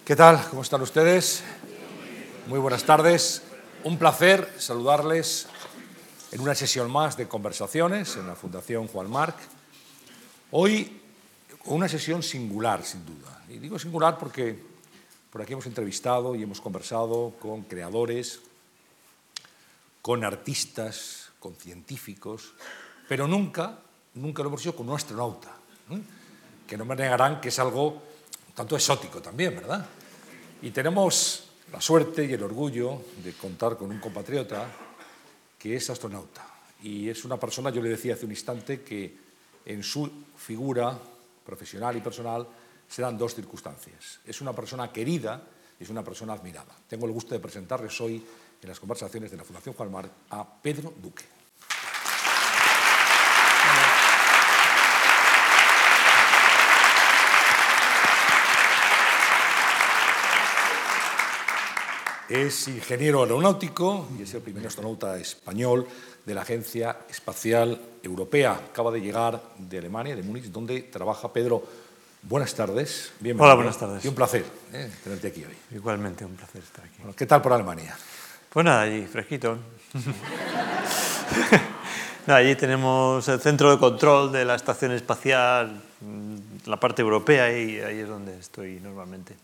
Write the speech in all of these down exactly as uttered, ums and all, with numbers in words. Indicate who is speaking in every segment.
Speaker 1: ¿Qué tal? ¿Cómo están ustedes? Muy buenas tardes. Un placer saludarles en una sesión más de conversaciones en la Fundación Juan March. Hoy una sesión singular, sin duda. Y digo singular porque por aquí hemos entrevistado y hemos conversado con creadores, con artistas, con científicos, pero nunca, nunca lo hemos hecho con un astronauta, ¿eh? Que no me negarán que es algo un tanto exótico también, ¿verdad? Y tenemos la suerte y el orgullo de contar con un compatriota que es astronauta. Y es una persona, yo le decía hace un instante, que en su figura profesional y personal se dan dos circunstancias. Es una persona querida y es una persona admirada. Tengo el gusto de presentarles hoy en las conversaciones de la Fundación Juan March a Pedro Duque. Es ingeniero aeronáutico y es el primer astronauta español de la Agencia Espacial Europea. Acaba de llegar de Alemania, de Múnich, donde trabaja. Pedro, buenas tardes. Bienvenido.
Speaker 2: Hola, buenas tardes.
Speaker 1: Y un placer ¿eh? tenerte aquí hoy.
Speaker 2: Igualmente, un placer estar aquí.
Speaker 1: Bueno, ¿qué tal por Alemania?
Speaker 2: Pues nada, allí, fresquito. No, allí tenemos el centro de control de la estación espacial, la parte europea, y ahí es donde estoy normalmente.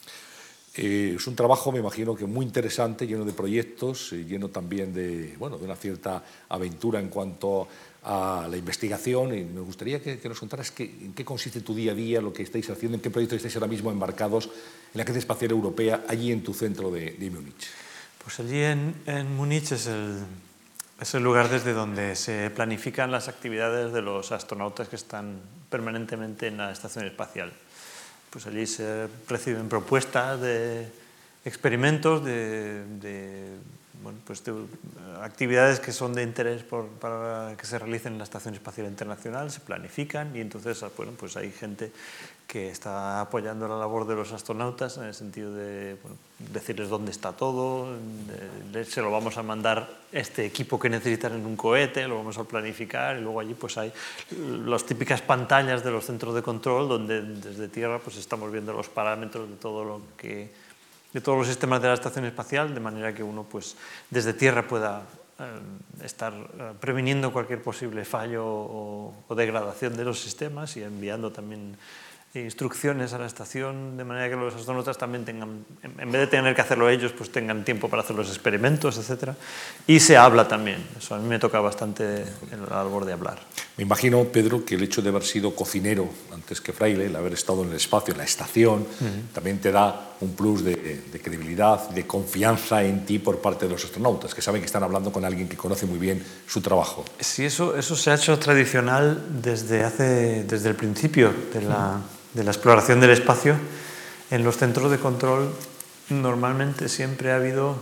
Speaker 1: Eh, es un trabajo, me imagino, que muy interesante, lleno de proyectos, eh, lleno también de, bueno, de una cierta aventura en cuanto a la investigación. Y me gustaría que, que nos contaras qué, en qué consiste tu día a día, lo que estáis haciendo, en qué proyectos estáis ahora mismo embarcados en la Agencia Espacial Europea, allí en tu centro de, de Múnich.
Speaker 2: Pues allí en, en Múnich es el, es el lugar desde donde se planifican las actividades de los astronautas que están permanentemente en la estación espacial. Pues allí se reciben propuestas de experimentos, de, de, bueno, pues de actividades que son de interés por, para que se realicen en la Estación Espacial Internacional, se planifican y entonces bueno, pues hay gente que está apoyando la labor de los astronautas en el sentido de bueno, decirles dónde está todo, de, de, se lo vamos a mandar este equipo que necesitan en un cohete, lo vamos a planificar y luego allí pues hay las típicas pantallas de los centros de control donde desde tierra pues estamos viendo los parámetros de todo lo que de todos los sistemas de la estación espacial, de manera que uno pues desde tierra pueda eh, estar eh, previniendo cualquier posible fallo o, o degradación de los sistemas y enviando también instrucciones a la estación, de manera que los astronautas también tengan, en vez de tener que hacerlo ellos, pues tengan tiempo para hacer los experimentos, etcétera. Y se habla también, eso a mí me toca bastante en la labor de hablar.
Speaker 1: Me imagino, Pedro, que el hecho de haber sido cocinero antes que fraile, el haber estado en el espacio, en la estación, uh-huh. también te da un plus de, de credibilidad, de confianza en ti por parte de los astronautas, que saben que están hablando con alguien que conoce muy bien su trabajo.
Speaker 2: Sí, eso, eso se ha hecho tradicional desde, hace, desde el principio de la... Uh-huh. de la exploración del espacio. En los centros de control normalmente siempre ha habido,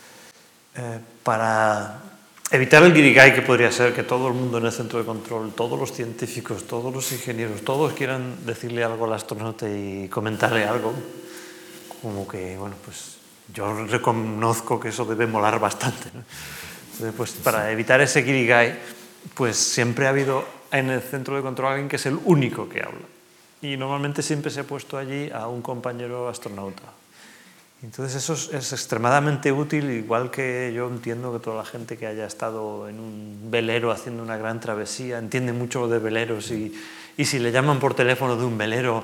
Speaker 2: eh, para evitar el guirigay que podría ser que todo el mundo en el centro de control, todos los científicos, todos los ingenieros, todos quieran decirle algo al astronauta y comentarle algo, como que, bueno, pues yo reconozco que eso debe molar bastante, ¿no? Entonces, pues para evitar ese guirigay, pues siempre ha habido en el centro de control alguien que es el único que habla. Y normalmente siempre se ha puesto allí a un compañero astronauta. Entonces eso es, es extremadamente útil, igual que yo entiendo que toda la gente que haya estado en un velero haciendo una gran travesía entiende mucho de veleros y, y si le llaman por teléfono de un velero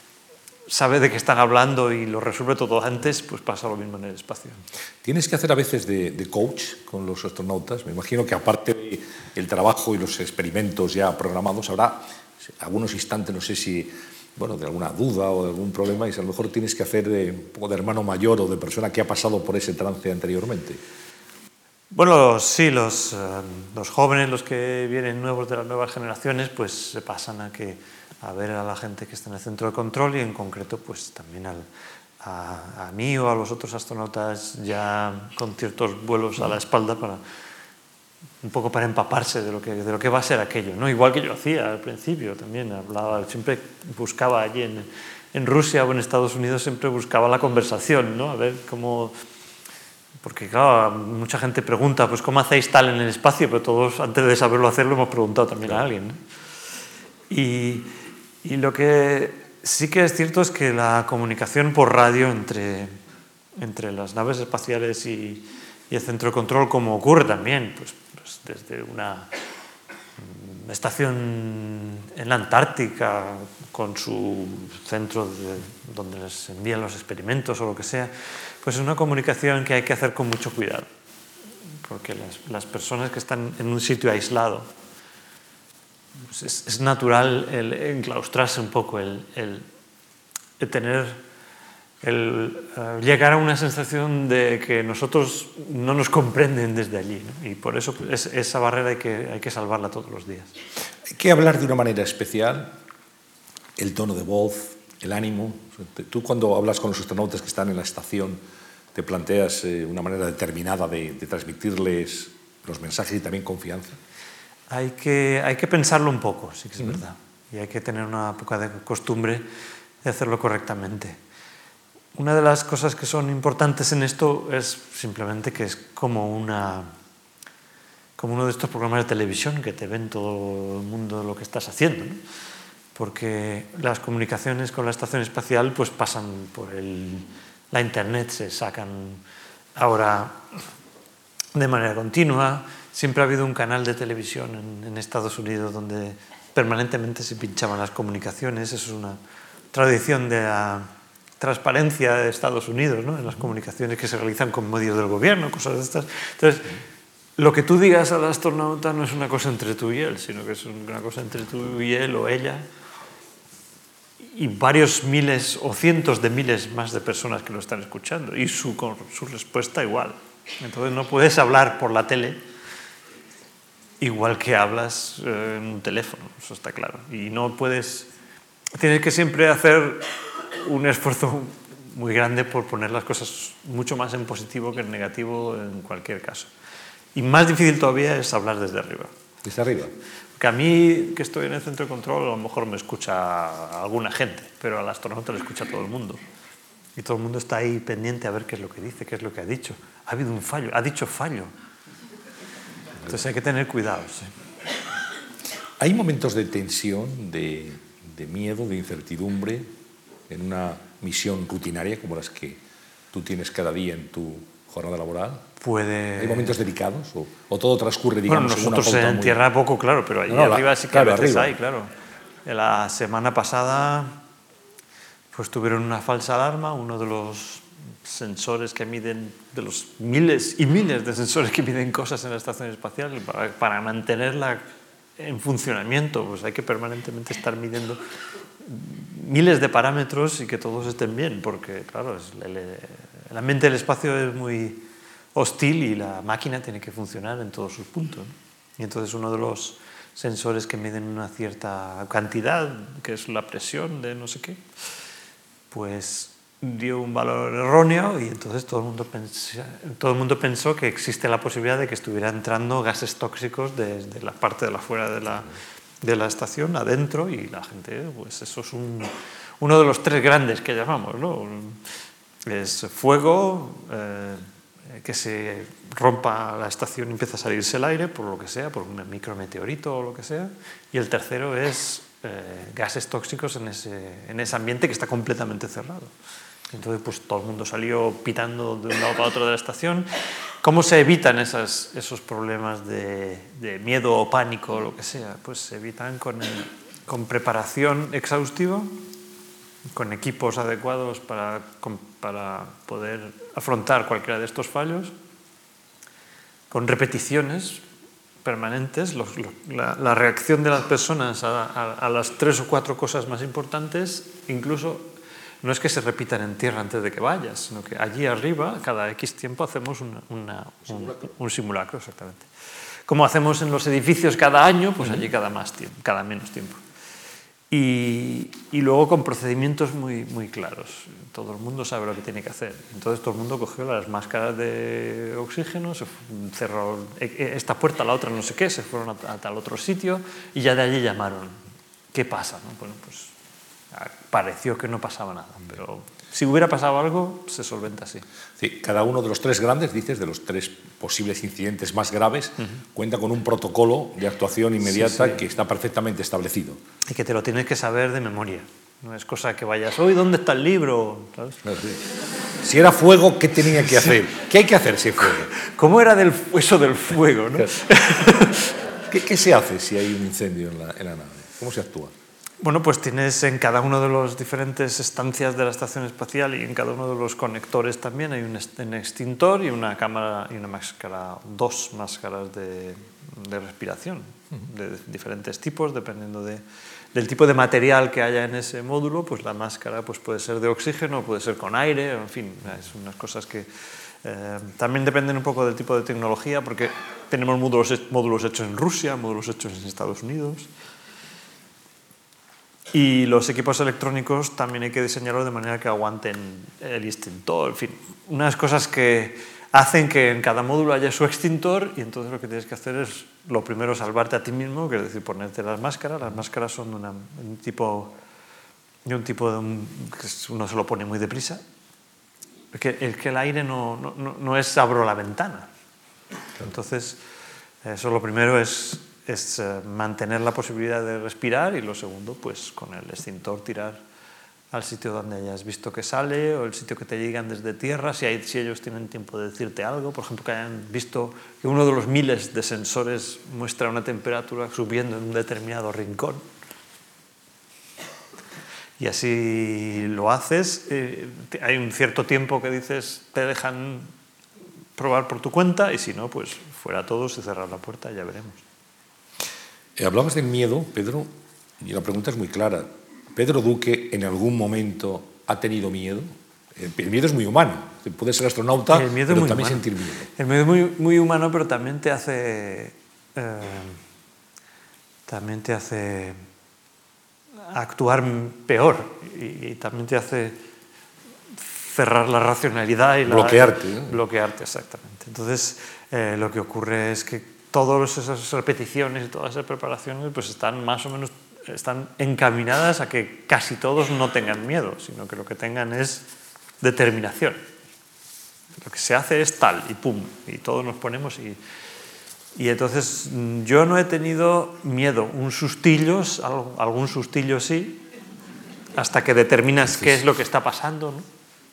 Speaker 2: sabe de qué están hablando y lo resuelve todo antes, pues pasa lo mismo en el espacio.
Speaker 1: Tienes que hacer a veces de, de coach con los astronautas. Me imagino que aparte del trabajo y los experimentos ya programados, habrá algunos instantes, no sé si, bueno, de alguna duda o de algún problema, y a lo mejor tienes que hacer de, un poco de hermano mayor o de persona que ha pasado por ese trance anteriormente.
Speaker 2: Bueno, sí, los, uh, los jóvenes, los que vienen nuevos de las nuevas generaciones, pues se pasan a, que, a ver a la gente que está en el centro de control y en concreto pues también al, a, a mí o a los otros astronautas ya con ciertos vuelos a la espalda para un poco para empaparse de lo que, de lo que va a ser aquello, ¿no? Igual que yo hacía al principio también, hablaba, siempre buscaba allí en, en Rusia o en Estados Unidos, siempre buscaba la conversación, ¿no? A ver cómo... Porque claro, mucha gente pregunta, pues ¿cómo hacéis tal en el espacio? Pero todos, antes de saberlo hacer, lo hemos preguntado también claro. a alguien, ¿no? Y, y lo que sí que es cierto es que la comunicación por radio entre, entre las naves espaciales y, y el centro de control, como ocurre también, pues, pues desde una estación en la Antártica con su centro de, donde les envían los experimentos o lo que sea, pues es una comunicación que hay que hacer con mucho cuidado, porque las, las personas que están en un sitio aislado, pues es, es natural el enclaustrarse un poco, el, el, el tener, el uh, llegar a una sensación de que nosotros no nos comprenden desde allí, ¿no? Y por eso es, esa barrera hay que, hay que salvarla todos los días.
Speaker 1: Hay que hablar de una manera especial, el tono de voz, el ánimo. Tú cuando hablas con los astronautas que están en la estación, te planteas eh, una manera determinada de, de transmitirles los mensajes y también confianza.
Speaker 2: Hay que, hay que pensarlo un poco, sí que es uh-huh. verdad. Y hay que tener una poca de costumbre de hacerlo correctamente. Una de las cosas que son importantes en esto es simplemente que es como, una, como uno de estos programas de televisión que te ven todo el mundo lo que estás haciendo, ¿no? Porque las comunicaciones con la estación espacial pues pasan por el, la internet, se sacan ahora de manera continua. Siempre ha habido un canal de televisión en, en Estados Unidos donde permanentemente se pinchaban las comunicaciones. Eso es una tradición de la transparencia de Estados Unidos, ¿no? En las comunicaciones que se realizan con medios del gobierno, cosas de estas. Entonces, lo que tú digas al astronauta no es una cosa entre tú y él, sino que es una cosa entre tú y él o ella y varios miles o cientos de miles más de personas que lo están escuchando y su, su respuesta igual. Entonces no puedes hablar por la tele igual que hablas eh, en un teléfono, eso está claro. Y no puedes... Tienes que siempre hacer un esfuerzo muy grande por poner las cosas mucho más en positivo que en negativo en cualquier caso. Y más difícil todavía es hablar desde arriba.
Speaker 1: ¿Desde arriba?
Speaker 2: Porque a mí, que estoy en el centro de control, a lo mejor me escucha alguna gente, pero al astronauta le escucha todo el mundo. Y todo el mundo está ahí pendiente a ver qué es lo que dice, qué es lo que ha dicho. Ha habido un fallo, ha dicho fallo. Entonces hay que tener cuidado. ¿Sí?
Speaker 1: ¿Hay momentos de tensión, de, de miedo, de incertidumbre en una misión rutinaria como las que tú tienes cada día en tu jornada laboral?
Speaker 2: Puede...
Speaker 1: ¿Hay momentos delicados o, o todo transcurre, digamos,
Speaker 2: bueno, nosotros
Speaker 1: en una
Speaker 2: en
Speaker 1: muy...
Speaker 2: tierra poco, claro, pero allí no, no, arriba la, sí que claro, a veces arriba. hay, claro. La semana pasada pues tuvieron una falsa alarma, uno de los sensores que miden, de los miles y miles de sensores que miden cosas en la estación espacial, para, para mantenerla en funcionamiento, pues hay que permanentemente estar midiendo miles de parámetros y que todos estén bien, porque claro, es, el, el ambiente del espacio es muy hostil y la máquina tiene que funcionar en todos sus puntos, ¿no? Y entonces uno de los sensores que miden una cierta cantidad, que es la presión de no sé qué, pues dio un valor erróneo y entonces todo el mundo pensó, todo el mundo pensó que existe la posibilidad de que estuviera entrando gases tóxicos desde la parte de la fuera de la, de la estación adentro, y la gente, pues eso es un, uno de los tres grandes que llamamos, ¿no? Es fuego, eh, que se rompa la estación y empieza a salirse el aire por lo que sea, por un micrometeorito o lo que sea, y el tercero es eh, gases tóxicos en ese, en ese ambiente que está completamente cerrado. Entonces, pues todo el mundo salió pitando de un lado para otro de la estación. ¿Cómo se evitan esas, esos problemas de, de miedo o pánico o lo que sea? Pues se evitan con, el, con preparación exhaustiva, con equipos adecuados para, con, para poder afrontar cualquiera de estos fallos, con repeticiones permanentes, los, los, la, la reacción de las personas a, a, a las tres o cuatro cosas más importantes, incluso... No es que se repitan en tierra antes de que vayas, sino que allí arriba, cada X tiempo, hacemos una, una, un, un simulacro, exactamente. Como hacemos en los edificios cada año, pues allí cada, más tiempo, cada menos tiempo. Y, y luego con procedimientos muy, muy claros. Todo el mundo sabe lo que tiene que hacer. Entonces todo el mundo cogió las máscaras de oxígeno, se cerró esta puerta, la otra no sé qué, se fueron a, a tal otro sitio y ya de allí llamaron. ¿Qué pasa? ¿No? Bueno, pues... pareció que no pasaba nada, pero si hubiera pasado algo, se solventa así.
Speaker 1: Sí, cada uno de los tres grandes, dices, de los tres posibles incidentes más graves, uh-huh. cuenta con un protocolo de actuación inmediata sí, sí. que está perfectamente establecido.
Speaker 2: Y que te lo tienes que saber de memoria. No es cosa que vayas, hoy, ¿dónde está el libro? ¿Sabes?
Speaker 1: No, sí. Si era fuego, ¿qué tenía que hacer? ¿Qué hay que hacer si hay fuego?
Speaker 2: ¿Cómo era del, eso del fuego? ¿No?
Speaker 1: ¿Qué, ¿Qué se hace si hay un incendio en la, en la nave? ¿Cómo se actúa?
Speaker 2: Bueno, pues tienes en cada uno de las diferentes estancias de la estación espacial y en cada uno de los conectores también hay un, un extintor y una cámara y una máscara, dos máscaras de, de respiración de diferentes tipos, dependiendo de, del tipo de material que haya en ese módulo. Pues la máscara pues puede ser de oxígeno, puede ser con aire, en fin, es unas cosas que eh, también dependen un poco del tipo de tecnología, porque tenemos módulos, módulos hechos en Rusia, módulos hechos en Estados Unidos. Y los equipos electrónicos también hay que diseñarlos de manera que aguanten el extintor, en fin, unas cosas que hacen que en cada módulo haya su extintor, y entonces lo que tienes que hacer es, lo primero, salvarte a ti mismo, que es decir, ponerte las máscaras. Las máscaras son de, una, un tipo, de un tipo de un, que uno se lo pone muy deprisa. Es que el, que el aire no, no, no es abro la ventana. Entonces, eso lo primero es... es mantener la posibilidad de respirar, y lo segundo, pues con el extintor tirar al sitio donde hayas visto que sale o el sitio que te llegan desde tierra, si, hay, si ellos tienen tiempo de decirte algo, por ejemplo, que hayan visto que uno de los miles de sensores muestra una temperatura subiendo en un determinado rincón. Y así lo haces, eh, hay un cierto tiempo que dices, te dejan probar por tu cuenta, y si no, pues fuera todos y cerrar la puerta, ya veremos.
Speaker 1: Eh, hablabas del miedo, Pedro, y la pregunta es muy clara. ¿Pedro Duque en algún momento ha tenido miedo? El, el miedo es muy humano. Puede ser astronauta, pero también humano. Sentir miedo.
Speaker 2: El miedo es muy, muy humano, pero también te hace... Eh, también te hace actuar peor, y, y también te hace cerrar la racionalidad y la...
Speaker 1: Bloquearte. ¿no?
Speaker 2: Bloquearte, exactamente. Entonces, eh, lo que ocurre es que todas esas repeticiones y todas esas preparaciones pues están más o menos están encaminadas a que casi todos no tengan miedo, sino que lo que tengan es determinación. Lo que se hace es tal, y pum, y todos nos ponemos y... Y entonces yo no he tenido miedo, un sustillo, algún sustillo sí, hasta que determinas qué es lo que está pasando, ¿no?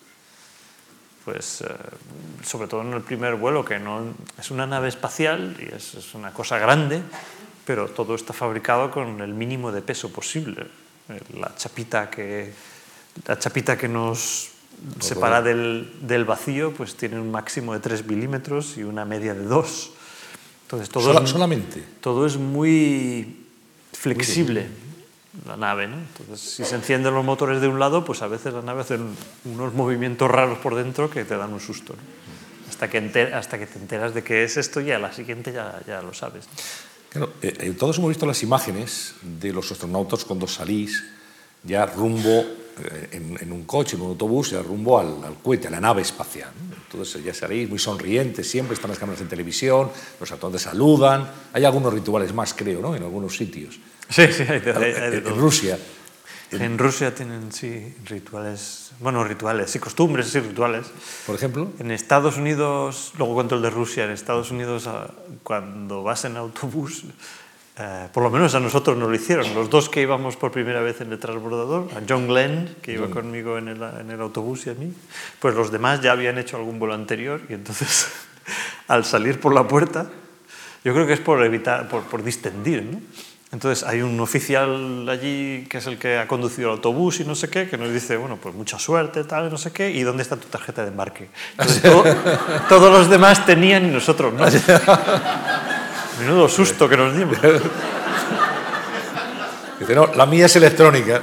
Speaker 2: Pues eh, sobre todo en el primer vuelo, que no es una nave espacial y es, es una cosa grande, pero todo está fabricado con el mínimo de peso posible. La chapita que, la chapita que nos todo separa del, del vacío pues tiene un máximo de tres milímetros y una media de dos. Entonces todo
Speaker 1: Sola,
Speaker 2: es,
Speaker 1: solamente.
Speaker 2: Todo es muy flexible. Muy la nave, ¿no? Entonces, si se encienden los motores de un lado, pues a veces la nave hace unos movimientos raros por dentro que te dan un susto, ¿no? Hasta que, enter, hasta que te enteras de qué es esto, y a la siguiente ya, ya lo sabes.
Speaker 1: Claro, eh, todos hemos visto las imágenes de los astronautas cuando salís ya rumbo, eh, en, en un coche, en un autobús, ya rumbo al, al cohete, a la nave espacial, ¿no? Entonces ya salís muy sonrientes, siempre están las cámaras en televisión, los astronautas saludan, hay algunos rituales más, creo, ¿no? En algunos sitios.
Speaker 2: Sí, sí, hay de, hay, hay de todo.
Speaker 1: En Rusia.
Speaker 2: En, en Rusia tienen, sí, rituales, bueno, rituales, sí, costumbres, sí, rituales.
Speaker 1: Por ejemplo.
Speaker 2: En Estados Unidos, luego cuento el de Rusia, en Estados Unidos, cuando vas en autobús, eh, por lo menos a nosotros nos lo hicieron, los dos que íbamos por primera vez en el transbordador, a John Glenn, que iba John. conmigo en el, en el autobús, y a mí, pues los demás ya habían hecho algún vuelo anterior, y entonces, al salir por la puerta, yo creo que es por evitar, por, por distendir, ¿no? Entonces hay un oficial allí que es el que ha conducido el autobús y no sé qué, que nos dice, bueno, pues mucha suerte, tal, no sé qué, ¿y dónde está tu tarjeta de embarque? Entonces todo, todos los demás tenían y nosotros no. Menudo susto que nos dimos.
Speaker 1: Dice, no, la mía es electrónica.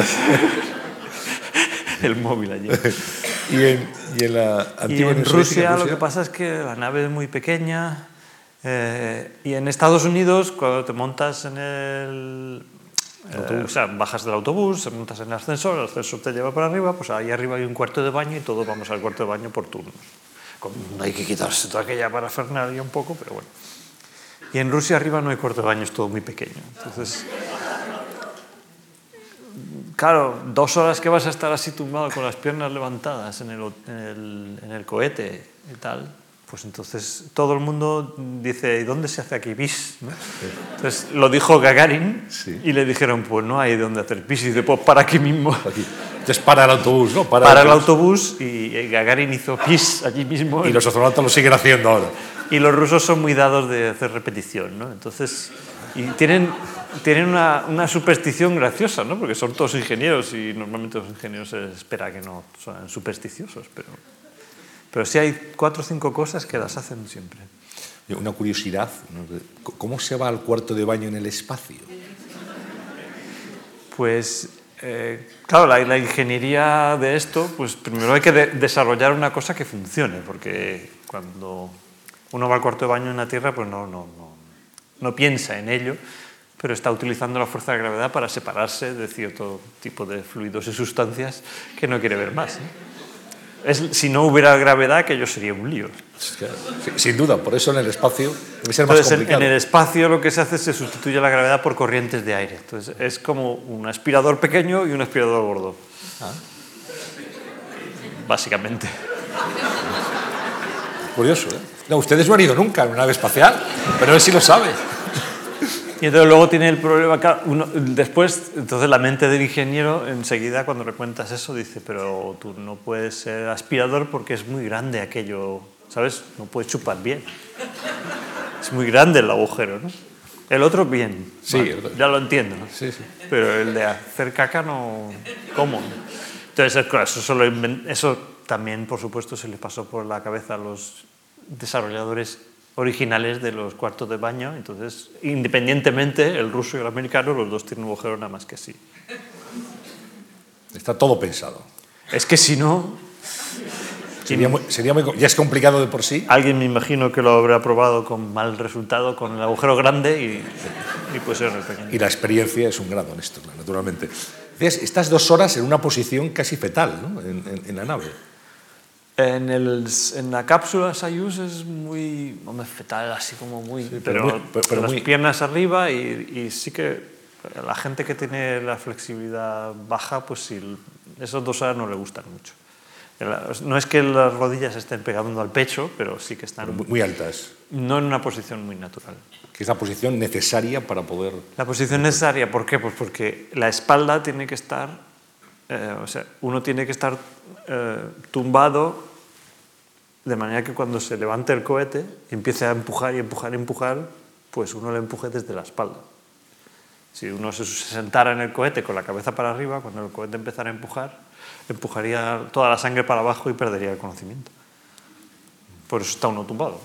Speaker 2: El móvil allí.
Speaker 1: Y en, y en la antigua
Speaker 2: y en Rusia, Rusia lo que pasa es que la nave es muy pequeña. Eh, y en Estados Unidos, cuando te montas en el... Eh, o sea, bajas del autobús, te montas en el ascensor, el ascensor te lleva para arriba, pues ahí arriba hay un cuarto de baño y todos vamos al cuarto de baño por turnos. No hay que quitarse toda aquella parafernalia un poco, pero bueno. Y en Rusia arriba no hay cuarto de baño, es todo muy pequeño. Entonces, claro, dos horas que vas a estar así tumbado con las piernas levantadas en el, en el, en el cohete y tal... Pues entonces todo el mundo dice, ¿y dónde se hace aquí pis? ¿No? Entonces lo dijo Gagarin, sí. Y le dijeron, pues no hay dónde hacer pis. Y dice, pues para aquí mismo.
Speaker 1: Aquí. Entonces para el autobús, ¿no?
Speaker 2: Para, para el autobús, y Gagarin hizo pis allí mismo.
Speaker 1: Y los astronautas lo siguen haciendo ahora.
Speaker 2: Y los rusos son muy dados de hacer repetición, ¿no? Entonces, y tienen, tienen una, una superstición graciosa, ¿no? Porque son todos ingenieros y normalmente los ingenieros se espera que no sean supersticiosos, pero... Pero sí hay cuatro o cinco cosas que las hacen siempre.
Speaker 1: Una curiosidad, ¿cómo se va al cuarto de baño en el espacio?
Speaker 2: Pues, eh, claro, la, la ingeniería de esto, pues primero hay que de desarrollar una cosa que funcione, porque cuando uno va al cuarto de baño en la Tierra, pues no, no, no, no piensa en ello, pero está utilizando la fuerza de la gravedad para separarse de cierto tipo de fluidos y sustancias que no quiere ver más, ¿eh? Es, si no hubiera gravedad, aquello sería un lío.
Speaker 1: Sin duda, por eso en el espacio debe ser
Speaker 2: Entonces,
Speaker 1: más complicado.
Speaker 2: En, en el espacio lo que se hace es se sustituye la gravedad por corrientes de aire. Entonces es como un aspirador pequeño y un aspirador gordo. Ah. Básicamente.
Speaker 1: Curioso, ¿eh? No, ustedes no han ido nunca en una nave espacial, pero él sí lo sabe.
Speaker 2: Y entonces luego tiene el problema, uno, después, entonces la mente del ingeniero, enseguida cuando le cuentas eso, dice, pero tú no puedes ser aspirador porque es muy grande aquello, ¿sabes? No puedes chupar bien. Es muy grande el agujero, ¿no? El otro, bien.
Speaker 1: Sí,
Speaker 2: vale, ya lo entiendo, ¿no?
Speaker 1: Sí, sí.
Speaker 2: Pero el de hacer caca, no... ¿Cómo? Entonces, claro, eso, solo eso también, por supuesto, se les pasó por la cabeza a los desarrolladores originales de los cuartos de baño. Entonces, independientemente, el ruso y el americano, los dos tienen un agujero nada más que así.
Speaker 1: Está todo pensado.
Speaker 2: Es que si no...
Speaker 1: Sería muy, sería muy, ya es complicado de por sí.
Speaker 2: Alguien me imagino que lo habrá probado con mal resultado, con el agujero grande y, y pues era el pequeño.
Speaker 1: Y la experiencia es un grado en esto, naturalmente. Decías, estás dos horas en una posición casi fetal, ¿no? en, en, en la nave.
Speaker 2: En, el, en la cápsula Soyuz es muy hombre, fetal, así como muy... Sí, pero pero, muy, pero, pero las muy... piernas arriba y, y sí que la gente que tiene la flexibilidad baja, pues sí, esos dos horas no le gustan mucho. No es que las rodillas estén pegando al pecho, pero sí que están...
Speaker 1: Muy, muy altas.
Speaker 2: No en una posición muy natural.
Speaker 1: Que es la posición necesaria para poder...
Speaker 2: La posición necesaria, ¿por qué? Pues porque la espalda tiene que estar... Eh, o sea, uno tiene que estar eh, tumbado de manera que cuando se levante el cohete y empiece a empujar y empujar y empujar, pues uno le empuje desde la espalda. Si uno se sentara en el cohete con la cabeza para arriba, cuando el cohete empezara a empujar, empujaría toda la sangre para abajo y perdería el conocimiento. Por eso está uno tumbado.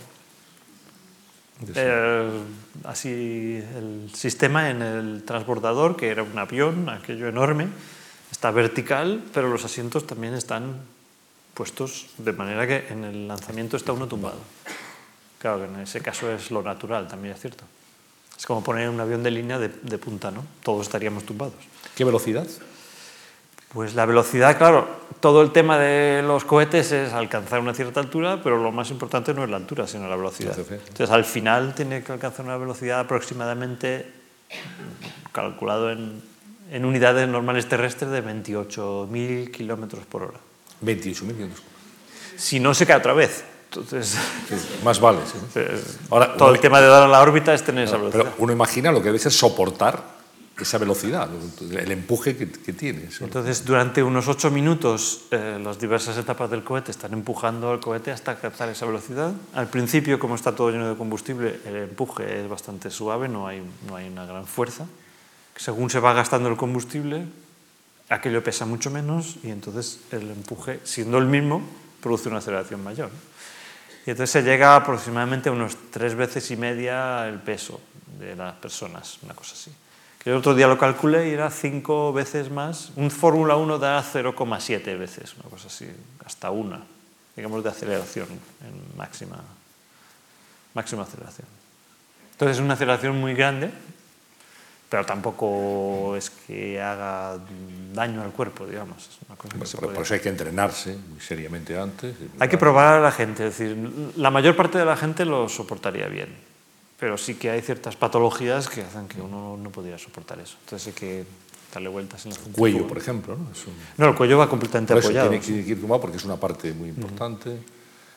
Speaker 2: Eh, así el sistema en el transbordador, que era un avión, aquello enorme, está vertical, pero los asientos también están puestos de manera que en el lanzamiento está uno tumbado. Claro que en ese caso es lo natural, también es cierto. Es como poner un avión de línea de, de punta, ¿no? Todos estaríamos tumbados.
Speaker 1: ¿Qué velocidad?
Speaker 2: Pues la velocidad, claro, todo el tema de los cohetes es alcanzar una cierta altura, pero lo más importante no es la altura, sino la velocidad. Entonces, al final tiene que alcanzar una velocidad aproximadamente, calculado en, en unidades normales terrestres, de veintiocho mil kilómetros por hora.
Speaker 1: veintiocho mil kilómetros.
Speaker 2: Si no se cae otra vez. Entonces,
Speaker 1: sí, más vale. ¿Sí?
Speaker 2: Ahora, todo uno, el tema de dar a la órbita es tener no, esa velocidad.
Speaker 1: Pero uno imagina lo que debe ser soportar esa velocidad, el empuje que, que tiene. ¿Sí?
Speaker 2: Entonces, durante unos ocho minutos, eh, las diversas etapas del cohete están empujando al cohete hasta alcanzar esa velocidad. Al principio, como está todo lleno de combustible, el empuje es bastante suave, no hay, no hay una gran fuerza. Según se va gastando el combustible, aquello pesa mucho menos y entonces el empuje, siendo el mismo, produce una aceleración mayor. Y entonces se llega aproximadamente a unos tres veces y media el peso de las personas, una cosa así. Que el otro día lo calculé y era cinco veces más. Un Fórmula uno da cero coma siete veces, una cosa así, hasta una, digamos, de aceleración en máxima, máxima aceleración. Entonces es una aceleración muy grande, pero tampoco es que haga daño al cuerpo, digamos. Es una cosa que
Speaker 1: por,
Speaker 2: se
Speaker 1: por,
Speaker 2: puede...
Speaker 1: por eso hay que entrenarse muy seriamente antes.
Speaker 2: Hay que probar a la gente, es decir, la mayor parte de la gente lo soportaría bien, pero sí que hay ciertas patologías que hacen que uno no pudiera soportar eso. Entonces hay que darle vueltas en la
Speaker 1: el cuello, por ejemplo, ¿no? Es un...
Speaker 2: No, el cuello va completamente
Speaker 1: por eso
Speaker 2: apoyado.
Speaker 1: Tiene que ir tumbado porque es una parte muy importante.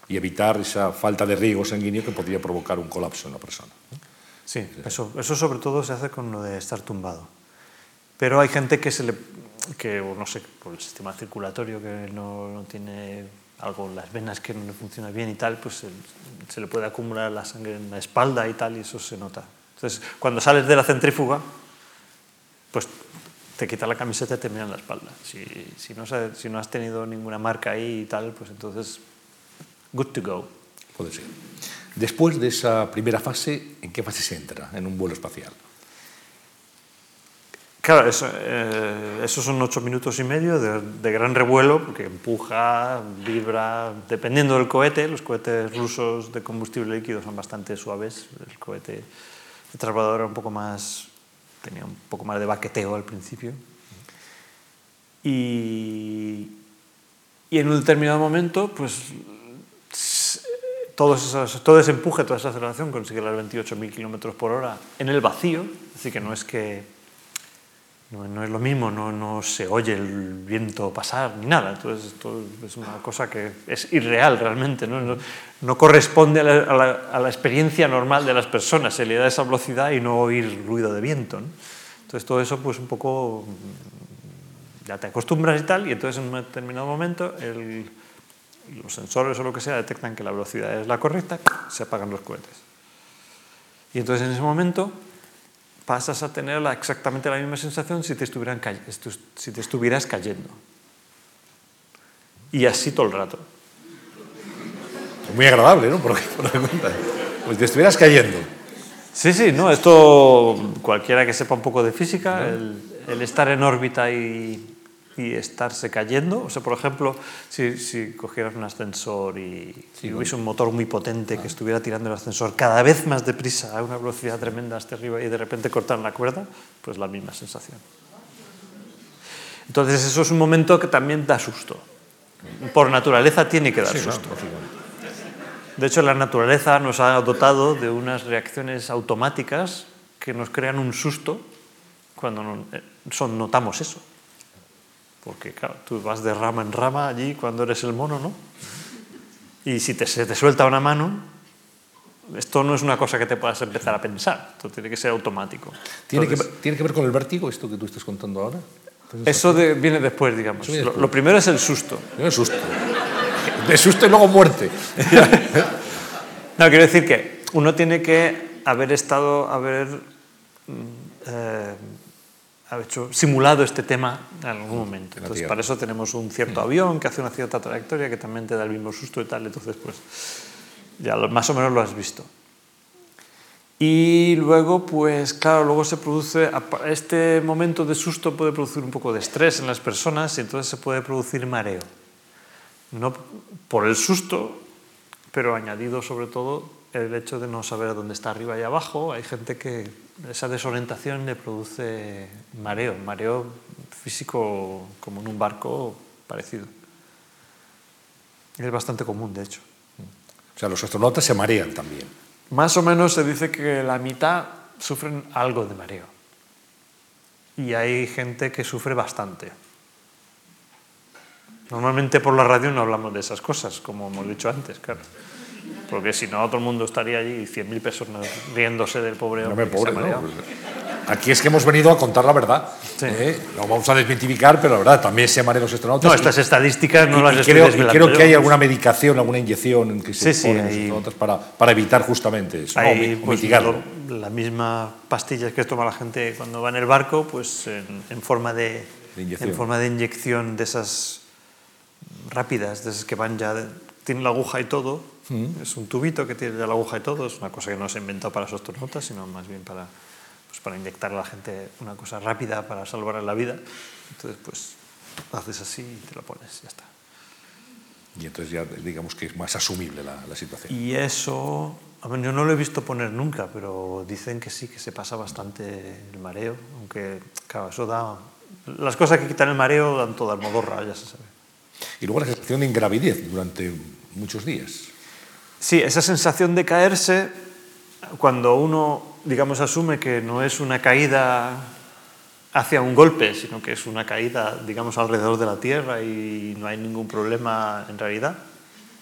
Speaker 1: y evitar esa falta de riego sanguíneo que podría provocar un colapso en la persona.
Speaker 2: Sí, eso, eso sobre todo se hace con lo de estar tumbado. Pero hay gente que se le, que no sé, por el sistema circulatorio que no, no tiene algo en las venas que no le funciona bien y tal, pues se, se le puede acumular la sangre en la espalda y tal, y eso se nota. Entonces, cuando sales de la centrífuga, pues te quitas la camiseta y te miran la espalda. Si, si, no, si no has tenido ninguna marca ahí y tal, pues entonces, good to go.
Speaker 1: Puede ser. Después de esa primera fase, ¿en qué fase se entra en un vuelo espacial?
Speaker 2: Claro, eso, eh, esos son ocho minutos y medio de, de gran revuelo, porque empuja, vibra, dependiendo del cohete. Los cohetes rusos de combustible líquido son bastante suaves. El cohete de transbordador era un poco más, tenía un poco más de baqueteo al principio. Y, y en un determinado momento, pues todo, esos, todo ese empuje, toda esa aceleración consigue las veintiocho mil kilómetros por hora en el vacío. Es decir, que no es que No, no es lo mismo, no, no se oye el viento pasar ni nada. Entonces, esto es una cosa que es irreal realmente, no, no, no corresponde a la, a, la, a la experiencia normal de las personas. Se le da esa velocidad y no oír ruido de viento, ¿no? Entonces, todo eso, pues un poco ya te acostumbras y tal, y entonces en un determinado momento el, los sensores o lo que sea detectan que la velocidad es la correcta, se apagan los cohetes. Y entonces en ese momento pasas a tener la, exactamente la misma sensación si te, estuvieran, si te estuvieras cayendo. Y así todo el rato.
Speaker 1: Muy agradable, ¿no? Por lo que, por lo que cuentas. Pues te estuvieras cayendo.
Speaker 2: Sí, sí, no, esto cualquiera que sepa un poco de física, ¿no? el, el estar en órbita y, y estarse cayendo. O sea, por ejemplo, si, si cogieras un ascensor y, sí, y hubiese un motor muy potente ah. que estuviera tirando el ascensor cada vez más deprisa a una velocidad tremenda hasta arriba y de repente cortar la cuerda, pues la misma sensación. Entonces eso es un momento que también da susto. Por naturaleza tiene que dar sí, susto. No, de hecho, la naturaleza nos ha dotado de unas reacciones automáticas que nos crean un susto cuando no, son, notamos eso. Porque, claro, tú vas de rama en rama allí cuando eres el mono, ¿no? Y si te, se te suelta una mano, esto no es una cosa que te puedas empezar a pensar. Esto tiene que ser automático.
Speaker 1: ¿Tiene, Entonces, que, ¿tiene que ver con el vértigo, esto que tú estás contando ahora?
Speaker 2: Entonces, eso de, viene después, digamos. Viene después. Lo, lo primero es el susto.
Speaker 1: El susto. De susto y luego muerte.
Speaker 2: No, quiero decir que uno tiene que haber estado, haber... Eh, ha hecho, simulado este tema en algún momento. Entonces, para eso tenemos un cierto avión que hace una cierta trayectoria que también te da el mismo susto y tal. Entonces, pues, ya más o menos lo has visto. Y luego, pues, claro, luego se produce... Este momento de susto puede producir un poco de estrés en las personas y entonces se puede producir mareo. No por el susto, pero añadido sobre todo el hecho de no saber dónde está arriba y abajo. Hay gente que esa desorientación le produce mareo, mareo físico como en un barco parecido. Es bastante común, de hecho.
Speaker 1: O sea, los astronautas se marean también.
Speaker 2: Más o menos se dice que la mitad sufren algo de mareo. Y hay gente que sufre bastante. Normalmente por la radio no hablamos de esas cosas, como hemos dicho antes, claro. Porque si no, todo el mundo estaría allí, cien mil personas riéndose del pobre hombre
Speaker 1: no me
Speaker 2: que
Speaker 1: pobre,
Speaker 2: se ha mareado.
Speaker 1: No. Aquí es que hemos venido a contar la verdad. Sí. ¿eh? Lo vamos a desmitificar, pero la verdad, también se marean los astronautas.
Speaker 2: No, estas y, estadísticas no
Speaker 1: y,
Speaker 2: las
Speaker 1: y
Speaker 2: estoy
Speaker 1: creo,
Speaker 2: desvelando.
Speaker 1: Y creo que hay alguna medicación, alguna inyección que se
Speaker 2: sí,
Speaker 1: pone
Speaker 2: sí,
Speaker 1: en los
Speaker 2: hay,
Speaker 1: astronautas para, para evitar justamente eso,
Speaker 2: hay,
Speaker 1: ¿no? O
Speaker 2: pues,
Speaker 1: mitigarlo.
Speaker 2: Lo, la misma pastillas que toma la gente cuando va en el barco, pues en, en, forma, de, de en forma de inyección de esas rápidas, de esas que van ya... De, tiene la aguja y todo, mm. es un tubito que tiene ya la aguja y todo, es una cosa que no se ha inventado para los astronautas, sino más bien para, pues, para inyectar a la gente una cosa rápida para salvarle la vida. Entonces, pues, haces así y te lo pones, ya está.
Speaker 1: Y entonces ya digamos que es más asumible la, la situación.
Speaker 2: Y eso, a ver, yo no lo he visto poner nunca, pero dicen que sí, que se pasa bastante el mareo, aunque, claro, eso da... Las cosas que quitan el mareo dan toda almodorra, ya se sabe.
Speaker 1: Y luego la sensación de ingravidez durante muchos días.
Speaker 2: Sí, esa sensación de caerse, cuando uno, digamos, asume que no es una caída hacia un golpe, sino que es una caída, digamos, alrededor de la Tierra y no hay ningún problema en realidad,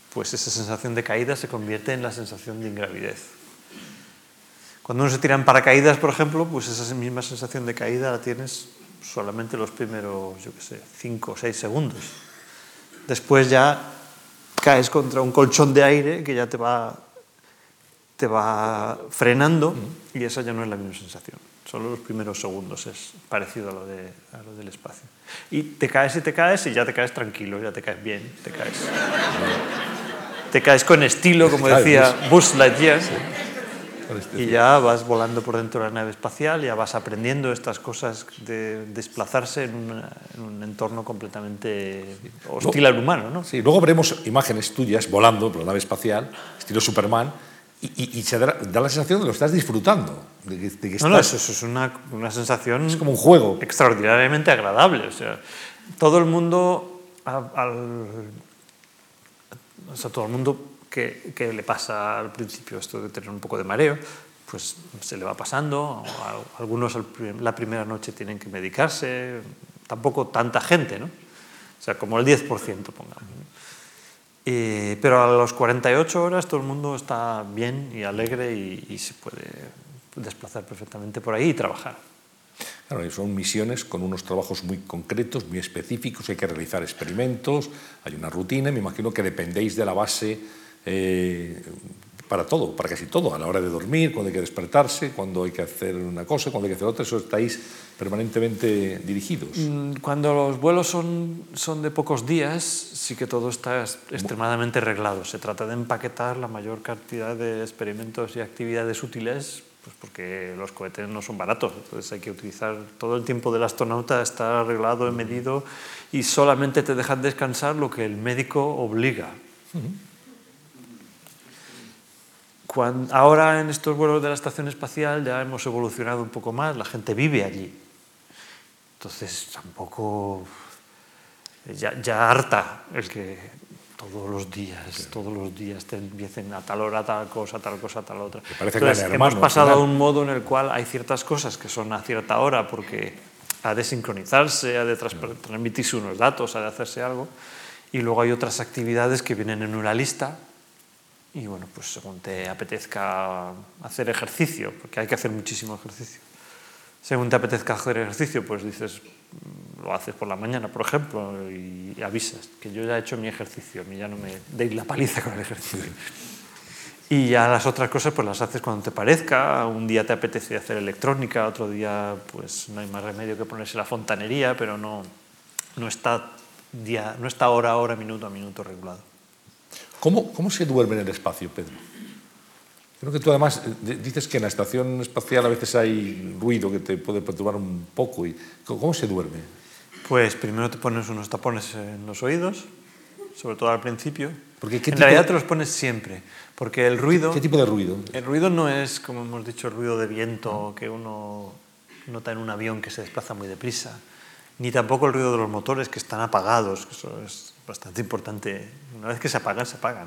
Speaker 2: pues esa sensación de caída se convierte en la sensación de ingravidez. Cuando uno se tira en paracaídas, por ejemplo, pues esa misma sensación de caída la tienes solamente los primeros, yo qué sé, cinco o seis segundos. Después ya caes contra un colchón de aire que ya te va, te va frenando y esa ya no es la misma sensación. Solo los primeros segundos es parecido a lo, de, a lo del espacio. Y te caes y te caes y ya te caes tranquilo, ya te caes bien, te caes, te caes con estilo, como decía Buzz Lightyear. Y ya vas volando por dentro de la nave espacial, ya vas aprendiendo estas cosas de desplazarse en, una, en un entorno completamente hostil al humano, ¿no?
Speaker 1: Sí, luego veremos imágenes tuyas volando por la nave espacial, estilo Superman, y, y, y se da, da la sensación de que lo estás disfrutando. De que, de que estás,
Speaker 2: no, no, eso, eso es una, una sensación...
Speaker 1: Es como un juego.
Speaker 2: Extraordinariamente agradable. O sea, todo el mundo... Al, o sea, todo el mundo... Que, que le pasa al principio esto de tener un poco de mareo, pues se le va pasando. Algunos la primera noche tienen que medicarse, tampoco tanta gente, ¿no? O sea, como el diez por ciento, pongamos. Y, pero a las cuarenta y ocho horas todo el mundo está bien y alegre y, y se puede desplazar perfectamente por ahí y trabajar.
Speaker 1: Claro, son misiones con unos trabajos muy concretos, muy específicos, hay que realizar experimentos, hay una rutina, me imagino que dependéis de la base eh, para todo, para casi todo, a la hora de dormir, cuando hay que despertarse, cuando hay que hacer una cosa, cuando hay que hacer otra, eso estáis permanentemente dirigidos.
Speaker 2: Cuando los vuelos son, son de pocos días, sí que todo está extremadamente reglado. Se trata de empaquetar la mayor cantidad de experimentos y actividades útiles, pues porque los cohetes no son baratos, entonces hay que utilizar todo el tiempo del astronauta, está arreglado y medido, y solamente te dejan descansar lo que el médico obliga. Uh-huh. Cuando, ahora en estos vuelos de la estación espacial ya hemos evolucionado un poco más, la gente vive allí. Entonces tampoco... Ya, ya harta el que todos los días, sí. todos los días te empiecen a tal hora, tal cosa, tal cosa, tal otra. Entonces hemos pasado a un modo en el cual hay ciertas cosas que son a cierta hora porque ha de sincronizarse, ha de transmitirse unos datos, ha de hacerse algo, y luego hay otras actividades que vienen en una lista. Y bueno, pues según te apetezca hacer ejercicio, porque hay que hacer muchísimo ejercicio. Según te apetezca hacer ejercicio, pues dices, lo haces por la mañana, por ejemplo, y avisas que yo ya he hecho mi ejercicio, ya no me deis la paliza con el ejercicio. Y ya las otras cosas pues las haces cuando te parezca. Un día te apetece hacer electrónica, otro día pues no hay más remedio que ponerse la fontanería, pero no, no, está, día, no está hora a hora, minuto a minuto regulado.
Speaker 1: ¿Cómo, ¿Cómo se duerme en el espacio, Pedro? Creo que tú además dices que en la estación espacial a veces hay ruido que te puede perturbar un poco. Y ¿cómo se duerme?
Speaker 2: Pues primero te pones unos tapones en los oídos, sobre todo al principio.
Speaker 1: Porque ¿qué
Speaker 2: en
Speaker 1: tipo
Speaker 2: realidad
Speaker 1: de...
Speaker 2: te los pones siempre, porque el ruido...
Speaker 1: ¿Qué tipo de ruido?
Speaker 2: El ruido no es, como hemos dicho, el ruido de viento que uno nota en un avión que se desplaza muy deprisa, ni tampoco el ruido de los motores que están apagados, que eso es bastante importante. Una vez que se apagan, se apagan.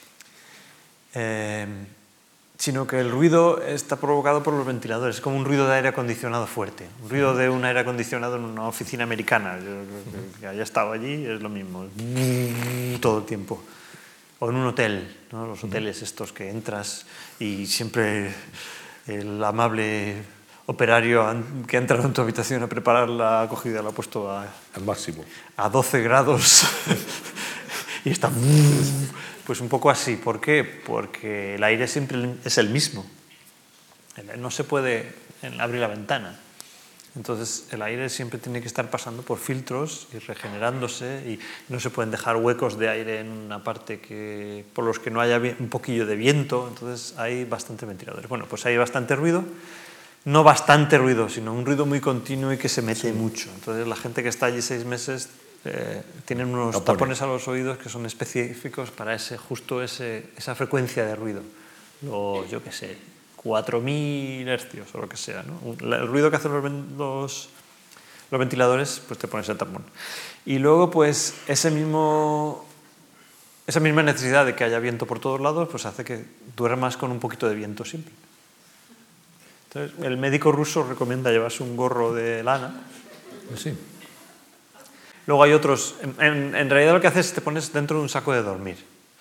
Speaker 2: Eh, sino que el ruido está provocado por los ventiladores. Es como un ruido de aire acondicionado fuerte. Un ruido de un aire acondicionado en una oficina americana. Yo que haya estado allí es lo mismo. Todo el tiempo. O en un hotel, ¿no? Los hoteles estos que entras y siempre el amable operario que ha entrado en tu habitación a preparar la acogida lo ha puesto a,
Speaker 1: al máximo.
Speaker 2: A doce grados y está pues un poco así. ¿Por qué? Porque el aire siempre es el mismo. No se puede abrir la ventana. Entonces el aire siempre tiene que estar pasando por filtros y regenerándose, y no se pueden dejar huecos de aire en una parte que, por los que no haya un poquillo de viento. Entonces hay bastante ventiladores. Bueno, pues hay bastante ruido. No bastante ruido, sino un ruido muy continuo y que se mete sí. mucho. Entonces la gente que está allí seis meses eh, tienen unos Tapone. tapones a los oídos que son específicos para ese, justo ese, esa frecuencia de ruido. Los, yo qué sé, cuatro mil hercios o lo que sea, ¿no? El ruido que hacen los, los, los ventiladores, pues te pones el tapón. Y luego, pues, ese mismo, esa misma necesidad de que haya viento por todos lados, pues hace que duermas con un poquito de viento siempre. Entonces, el médico ruso recomienda llevarse un gorro de lana.
Speaker 1: Sí.
Speaker 2: Luego hay otros... En, en realidad lo que haces es te pones dentro de un saco de dormir.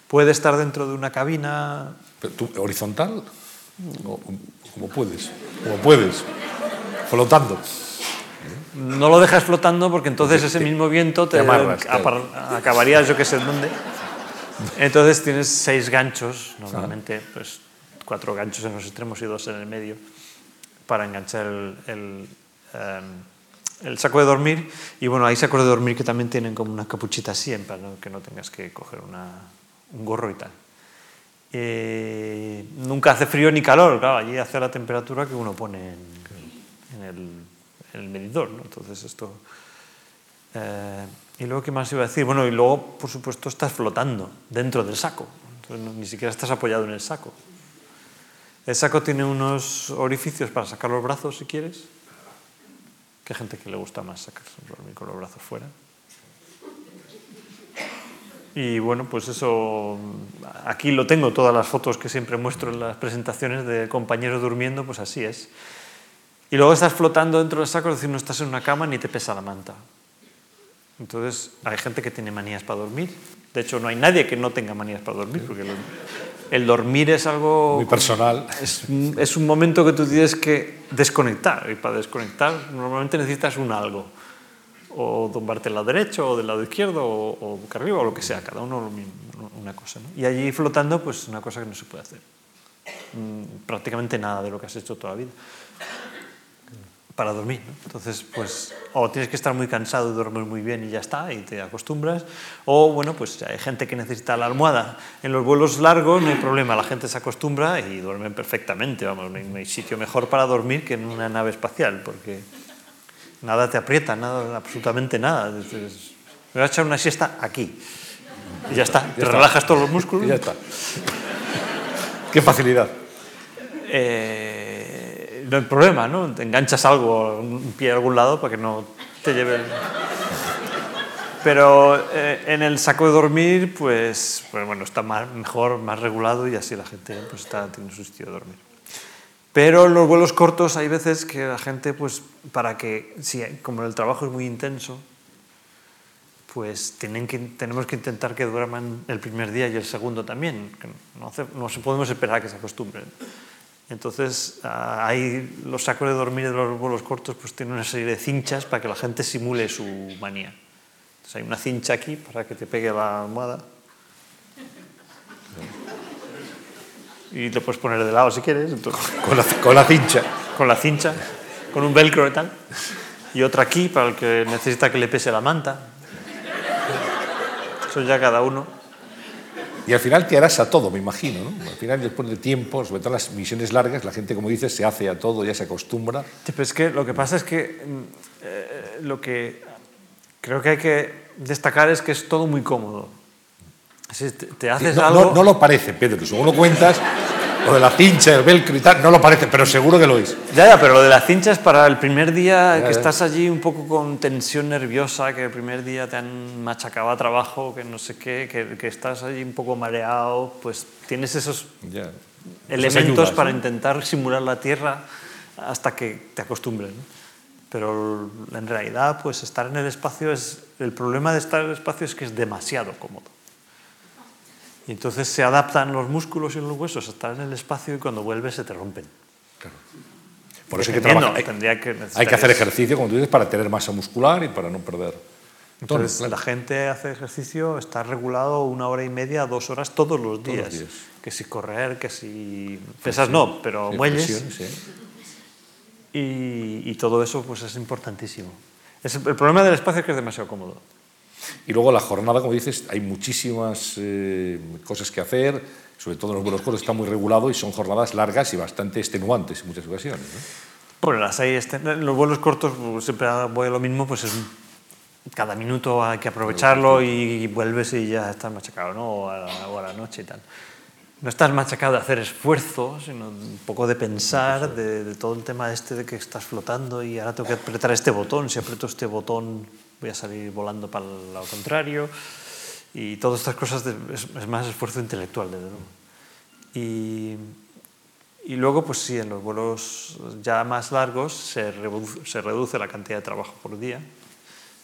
Speaker 2: Puede estar dentro de una cabina.
Speaker 1: ¿Pero tú, horizontal? ¿O, ¿Cómo puedes? ¿Cómo puedes? Flotando.
Speaker 2: No lo dejas flotando porque entonces ese mismo viento te,
Speaker 1: te amarras,
Speaker 2: acabaría yo que sé dónde. Entonces tienes seis ganchos, normalmente pues cuatro ganchos en los extremos y dos en el medio, para enganchar el, el, um, el saco de dormir. Y bueno, hay sacos de dormir que también tienen como una capuchita así, para que no tengas que coger una, un gorro y tal. Eh, nunca hace frío ni calor, claro, allí hace la temperatura que uno pone en, en el... el medidor, ¿no? Entonces esto... Eh, y luego, ¿qué más iba a decir? Bueno, y luego, por supuesto, estás flotando dentro del saco. Entonces, no, ni siquiera estás apoyado en el saco. El saco tiene unos orificios para sacar los brazos, si quieres. Que hay gente que le gusta más sacarse dormir con los brazos fuera. Y bueno, pues eso... Aquí lo tengo, todas las fotos que siempre muestro en las presentaciones de compañeros durmiendo, pues así es. Y luego estás flotando dentro del saco, es decir, no estás en una cama ni te pesa la manta. Entonces, hay gente que tiene manías para dormir. De hecho, no hay nadie que no tenga manías para dormir, porque el, el dormir es algo...
Speaker 1: muy personal.
Speaker 2: Es, es un momento que tú tienes que desconectar. Y para desconectar, normalmente necesitas un algo. O tumbarte del lado derecho, o del lado izquierdo, o, o boca arriba, o lo que sea. Cada uno lo mismo, una cosa, ¿no? Y allí flotando, pues es una cosa que no se puede hacer. Prácticamente nada de lo que has hecho toda la vida. Para dormir, ¿no? Entonces, pues, o tienes que estar muy cansado y dormir muy bien y ya está, y te acostumbras, o, bueno, pues hay gente que necesita la almohada. En los vuelos largos no hay problema, la gente se acostumbra y duermen perfectamente, vamos, no hay, no hay sitio mejor para dormir que en una nave espacial, porque nada te aprieta, nada, absolutamente nada. Entonces, me voy a echar una siesta aquí, y ya está, ya te está. Relajas todos los músculos.
Speaker 1: Y ya está. Qué facilidad.
Speaker 2: Eh... No hay problema, ¿no? Te enganchas algo, un pie a algún lado para que no te lleve el... Pero eh, en el saco de dormir, pues, pues bueno, está más, mejor, más regulado y así la gente pues, está, tiene su sitio de dormir. Pero en los vuelos cortos hay veces que la gente, pues, para que, si, como el trabajo es muy intenso, pues tienen que, tenemos que intentar que duerman el primer día y el segundo también. Que no, hace, no podemos esperar a que se acostumbren. Entonces, ahí los sacos de dormir de los vuelos cortos pues tienen una serie de cinchas para que la gente simule su manía. Entonces hay una cincha aquí para que te pegue la almohada. Y lo puedes poner de lado si quieres. Entonces,
Speaker 1: con, la, con la cincha.
Speaker 2: Con la cincha, con un velcro y tal. Y otra aquí para el que necesita que le pese la manta. Eso ya cada uno.
Speaker 1: Y al final te harás a todo, me imagino, ¿no? Al final, después de tiempo, sobre todo las misiones largas, la gente, como dices, se hace a todo, ya se acostumbra.
Speaker 2: Sí, pero es que lo que pasa es que eh, lo que creo que hay que destacar es que es todo muy cómodo. Si te, te haces
Speaker 1: no,
Speaker 2: algo...
Speaker 1: no, no lo parece, Pedro, según lo cuentas, lo de la cincha, el velcro y tal, no lo parece, pero seguro que lo es.
Speaker 2: Ya, ya, pero lo de la cincha es para el primer día,
Speaker 1: ya,
Speaker 2: que
Speaker 1: ya.
Speaker 2: estás allí un poco con tensión nerviosa, que el primer día te han machacado a trabajo, que no sé qué, que, que estás allí un poco mareado, pues tienes esos
Speaker 1: ya.
Speaker 2: elementos
Speaker 1: ayudas,
Speaker 2: para
Speaker 1: ¿no?
Speaker 2: intentar simular la Tierra hasta que te acostumbres, ¿no? Pero en realidad, pues estar en el espacio es... El problema de estar en el espacio es que es demasiado cómodo. Y entonces se adaptan los músculos y los huesos a estar en el espacio y cuando vuelves se te rompen.
Speaker 1: Claro. Por eso hay que, trabajar, hay,
Speaker 2: que
Speaker 1: hay que hacer ejercicio, como tú dices, para tener masa muscular y para no perder.
Speaker 2: Entonces,
Speaker 1: claro.
Speaker 2: La gente hace ejercicio, está regulado una hora y media, dos horas todos los días.
Speaker 1: Todos los días.
Speaker 2: Que si correr, que si... Pesas no, pero
Speaker 1: sí,
Speaker 2: muelles.
Speaker 1: Sí.
Speaker 2: Y, y todo eso pues es importantísimo. Es, el problema del espacio es que es demasiado cómodo.
Speaker 1: Y luego la jornada, como dices, hay muchísimas eh, cosas que hacer, sobre todo en los vuelos cortos está muy regulado y son jornadas largas y bastante extenuantes en muchas ocasiones, ¿no?
Speaker 2: Bueno, las hay en los vuelos cortos pues, siempre voy a lo mismo, pues es un, cada minuto hay que aprovecharlo y, y vuelves y ya estás machacado, ¿no? O a, la, o a la noche y tal. No estás machacado de hacer esfuerzo, sino un poco de pensar, de, de todo el tema este de que estás flotando y ahora tengo que apretar este botón, si aprieto este botón voy a salir volando para el lado contrario, y todas estas cosas de, es, es más esfuerzo intelectual, desde luego. Y, y luego, pues sí, en los vuelos ya más largos se reduce, se reduce la cantidad de trabajo por día,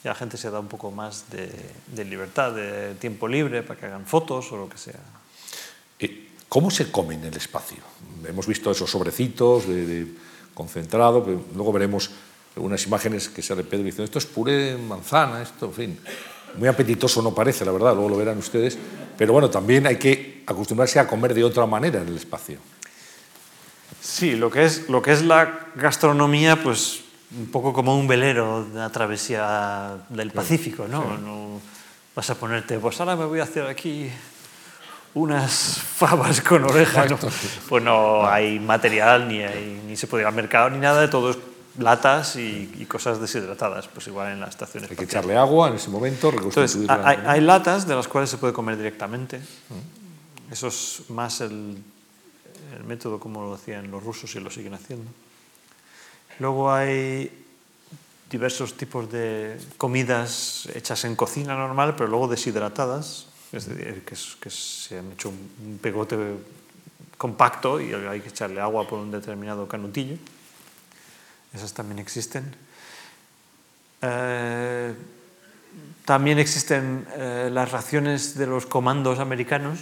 Speaker 2: y la gente se da un poco más de, de libertad, de tiempo libre para que hagan fotos o lo que sea.
Speaker 1: ¿Cómo se come en el espacio? Hemos visto esos sobrecitos de, de concentrado, pero luego veremos unas imágenes que sale Pedro diciendo esto es puré manzana, esto, en fin. Muy apetitoso no parece, la verdad, luego lo verán ustedes. Pero bueno, también hay que acostumbrarse a comer de otra manera en el espacio.
Speaker 2: Sí, lo que es, lo que es la gastronomía, pues un poco como un velero de la travesía del Pacífico, ¿no? Sí. No vas a ponerte, pues ahora me voy a hacer aquí unas fabas con orejas. ¿No? Pues no hay material, ni, hay, ni se puede ir al mercado, ni nada, de todo es latas y, y cosas deshidratadas, pues igual en la estación espacial.
Speaker 1: Hay que echarle agua en ese momento,
Speaker 2: Entonces, hay, hay latas de las cuales se puede comer directamente. Mm. Eso es más el, el método como lo hacían los rusos y lo siguen haciendo. Luego hay diversos tipos de comidas hechas en cocina normal, pero luego deshidratadas, es decir, que, es, que se han hecho un pegote compacto y hay que echarle agua por un determinado canutillo. Esas también existen. Eh, también existen eh, las raciones de los comandos americanos,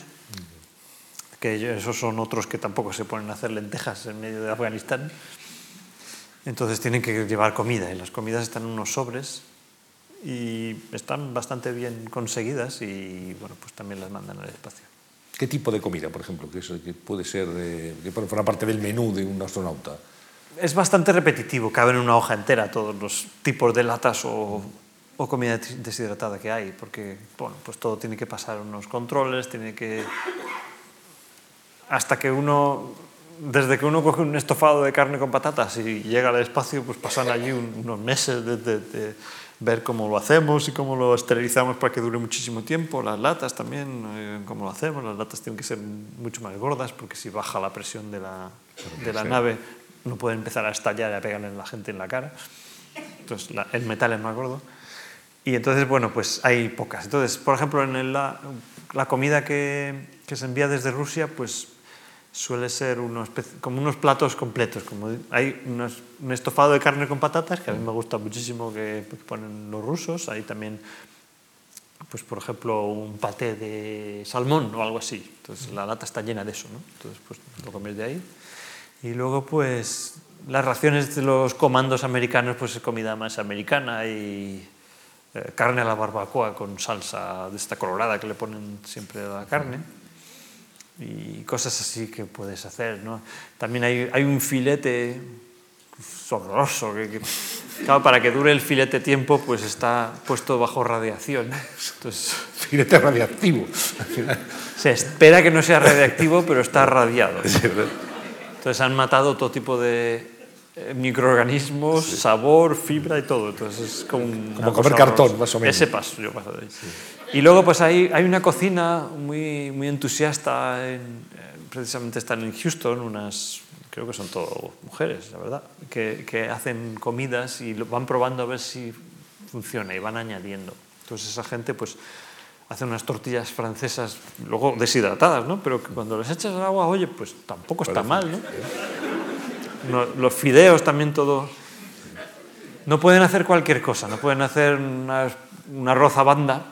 Speaker 2: que esos son otros que tampoco se ponen a hacer lentejas en medio de Afganistán. Entonces tienen que llevar comida, y las comidas están en unos sobres y están bastante bien conseguidas y bueno, pues también las mandan al espacio.
Speaker 1: ¿Qué tipo de comida, por ejemplo, que, es, que puede ser, eh, que forma parte del menú de un astronauta?
Speaker 2: Es bastante repetitivo, cabe en una hoja entera todos los tipos de latas o, o comida deshidratada que hay, porque bueno, pues todo tiene que pasar unos controles, tiene que... Hasta que uno, desde que uno coge un estofado de carne con patatas y llega al espacio, pues pasan allí un, unos meses de, de, de ver cómo lo hacemos y cómo lo esterilizamos para que dure muchísimo tiempo. Las latas también, eh, cómo lo hacemos, las latas tienen que ser mucho más gordas, porque si baja la presión de la, de la sí. nave, no puede empezar a estallar y a pegarle a la gente en la cara. Entonces la, el metal es más gordo. Y entonces, bueno, pues hay pocas. Entonces, por ejemplo, en el, la, la comida que, que se envía desde Rusia, pues suele ser unos, como unos platos completos. Como hay unos, un estofado de carne con patatas, que a mí me gusta muchísimo que, que ponen los rusos. Hay también, pues por ejemplo, un paté de salmón o algo así. Entonces la lata está llena de eso, ¿no? Entonces, pues lo comes de ahí. Y luego, pues, las raciones de los comandos americanos, pues es comida más americana y eh, carne a la barbacoa con salsa de esta colorada que le ponen siempre a la carne y cosas así que puedes hacer, ¿no? También hay, hay un filete horroroso que, que, claro, para que dure el filete tiempo, pues está puesto bajo radiación. Entonces,
Speaker 1: filete radiactivo.
Speaker 2: Se espera que no sea radiactivo, pero está radiado. Entonces han matado todo tipo de microorganismos, sí. sabor, fibra y todo. Entonces es como, un,
Speaker 1: como comer cartón, más o menos.
Speaker 2: Ese paso, yo paso de ahí. Sí. Y luego pues hay, hay una cocina muy, muy entusiasta, en, precisamente están en Houston, unas, creo que son todo mujeres, la verdad, que, que hacen comidas y van probando a ver si funciona y van añadiendo. Entonces esa gente pues hacen unas tortillas francesas, luego deshidratadas, ¿no? Pero que cuando les echas el agua, oye, pues tampoco está mal, ¿no? No, los fideos también todo... No pueden hacer cualquier cosa, no pueden hacer una, una arroz a banda,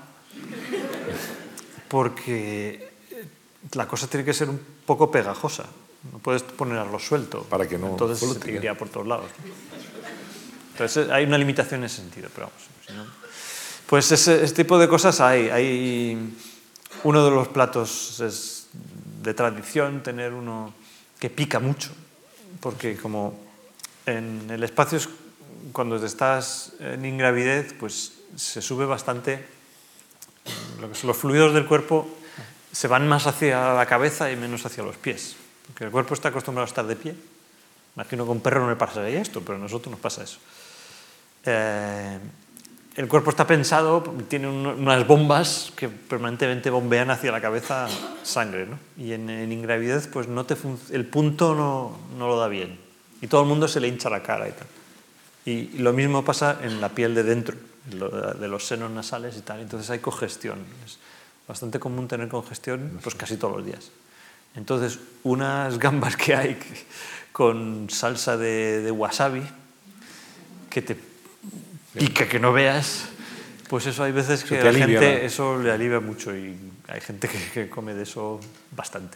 Speaker 2: porque la cosa tiene que ser un poco pegajosa. No puedes poner arroz suelto.
Speaker 1: Para que no...
Speaker 2: Entonces se te iría por todos lados, ¿no? Entonces hay una limitación en ese sentido, pero vamos, si no... Pues ese, ese tipo de cosas hay. Hay uno de los platos es de tradición tener uno que pica mucho, porque como en el espacio es, cuando estás en ingravidez, pues se sube bastante, lo que son los fluidos del cuerpo se van más hacia la cabeza y menos hacia los pies, porque el cuerpo está acostumbrado a estar de pie. Imagino que a un perro no le pasaría esto, pero a nosotros nos pasa eso. Eh, El cuerpo está pensado, tiene unas bombas que permanentemente bombean hacia la cabeza sangre, ¿no? Y en, en ingravidez, pues no te el punto no, no lo da bien. Y todo el mundo se le hincha la cara y tal. Y, y lo mismo pasa en la piel de dentro, de los senos nasales y tal. Entonces hay congestión. Es bastante común tener congestión, pues casi todos los días. Entonces, unas gambas que hay que, con salsa de, de wasabi, que te pica que no veas, Pues eso, hay veces que
Speaker 1: Eso
Speaker 2: a
Speaker 1: te
Speaker 2: la
Speaker 1: alivia,
Speaker 2: gente
Speaker 1: ¿no?
Speaker 2: eso le alivia mucho y hay gente que, que come de eso bastante.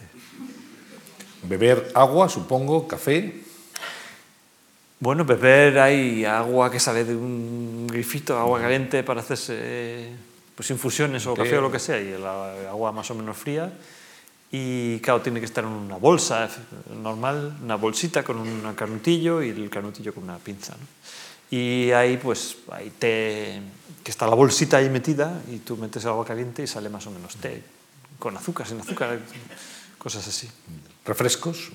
Speaker 1: Beber agua, supongo, café.
Speaker 2: Bueno, beber, hay agua que sale de un grifito, agua caliente para hacerse pues, infusiones o café o lo que sea, y el agua más o menos fría. Y claro, tiene que estar en una bolsa normal, una bolsita con un canutillo y el canutillo con una pinza, ¿no? Y ahí pues hay té, que está la bolsita ahí metida y tú metes agua caliente y sale más o menos té, con azúcar, sin azúcar, cosas así.
Speaker 1: ¿Refrescos?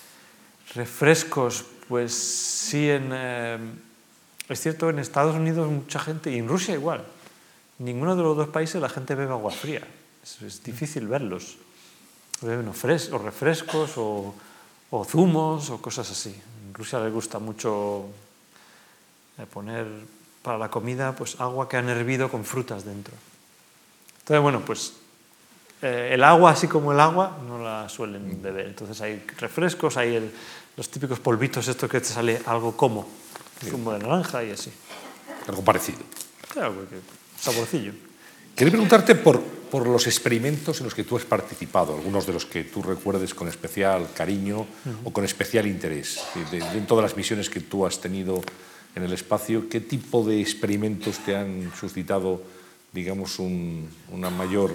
Speaker 2: Refrescos, pues sí, en, eh, es cierto, en Estados Unidos mucha gente, y en Rusia igual, ninguno de los dos países la gente bebe agua fría, es, es difícil verlos. Beben o, fres, o refrescos o, o zumos o cosas así. En Rusia les gusta mucho poner para la comida pues, agua que han hervido con frutas dentro. Entonces, bueno, pues eh, el agua, así como el agua, no la suelen beber. Entonces hay refrescos, hay el, los típicos polvitos estos que te sale algo como zumo de naranja y así.
Speaker 1: Algo parecido.
Speaker 2: Claro, porque saborcillo.
Speaker 1: Quería preguntarte por, por los experimentos en los que tú has participado, algunos de los que tú recuerdes con especial cariño uh-huh. o con especial interés. De, de, en todas las misiones que tú has tenido en el espacio, ¿qué tipo de experimentos te han suscitado, digamos, un, una mayor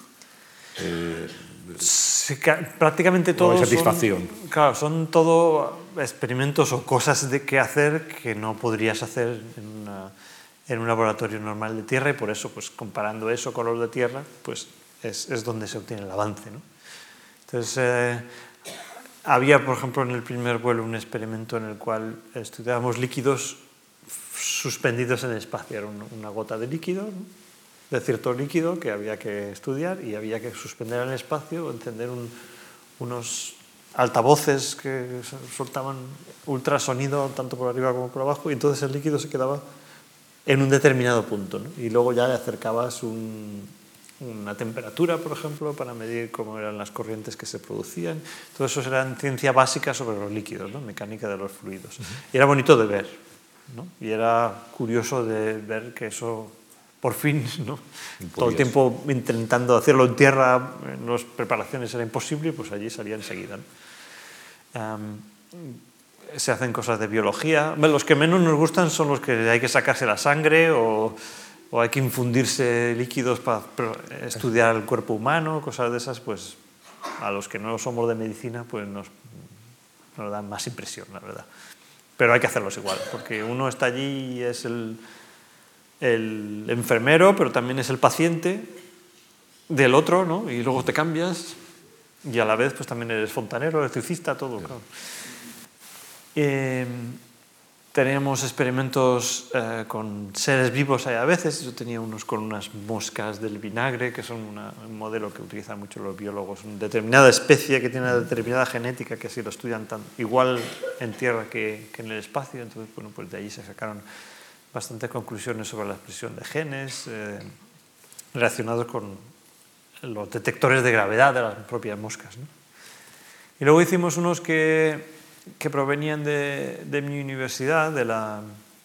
Speaker 1: eh,
Speaker 2: sí, prácticamente todos
Speaker 1: satisfacción?
Speaker 2: Son, claro, son todo experimentos o cosas de que hacer que no podrías hacer en, una, en un laboratorio normal de tierra, y por eso, pues comparando eso con los de tierra, pues es, es donde se obtiene el avance, ¿no? Entonces, eh, había, por ejemplo, en el primer vuelo un experimento en el cual estudiábamos líquidos suspendidos en el espacio. Era una gota de líquido, ¿no? De cierto líquido que había que estudiar y había que suspender en el espacio, encender un, unos altavoces que soltaban ultrasonido tanto por arriba como por abajo, y entonces el líquido se quedaba en un determinado punto, ¿no? Y luego ya le acercabas un, una temperatura, por ejemplo, para medir cómo eran las corrientes que se producían. Todo eso era ciencia básica sobre los líquidos, ¿no? Mecánica de los fluidos. Y era bonito de ver, ¿no? Y era curioso de ver que eso, por fin, ¿no? Todo el tiempo intentando hacerlo en tierra, en las preparaciones era imposible, pues allí salía enseguida, ¿no? Um, se hacen cosas de biología. Bueno, los que menos nos gustan son los que hay que sacarse la sangre o, o hay que infundirse líquidos para estudiar el cuerpo humano, cosas de esas, pues a los que no somos de medicina pues nos, nos dan más impresión, la verdad. Pero hay que hacerlos igual, porque uno está allí y es el, el enfermero, pero también es el paciente del otro, ¿no? Y luego te cambias y a la vez pues también eres fontanero, electricista, todo, claro. Eh, teníamos experimentos eh, con seres vivos ahí a veces. Yo tenía unos con unas moscas del vinagre, que son una, un modelo que utilizan mucho los biólogos, una determinada especie que tiene una determinada genética que si lo estudian tan, igual en tierra que, que en el espacio. Entonces, bueno, pues de ahí se sacaron bastantes conclusiones sobre la expresión de genes eh, relacionados con los detectores de gravedad de las propias moscas, ¿no? Y luego hicimos unos que que provenían de, de mi universidad, de, la,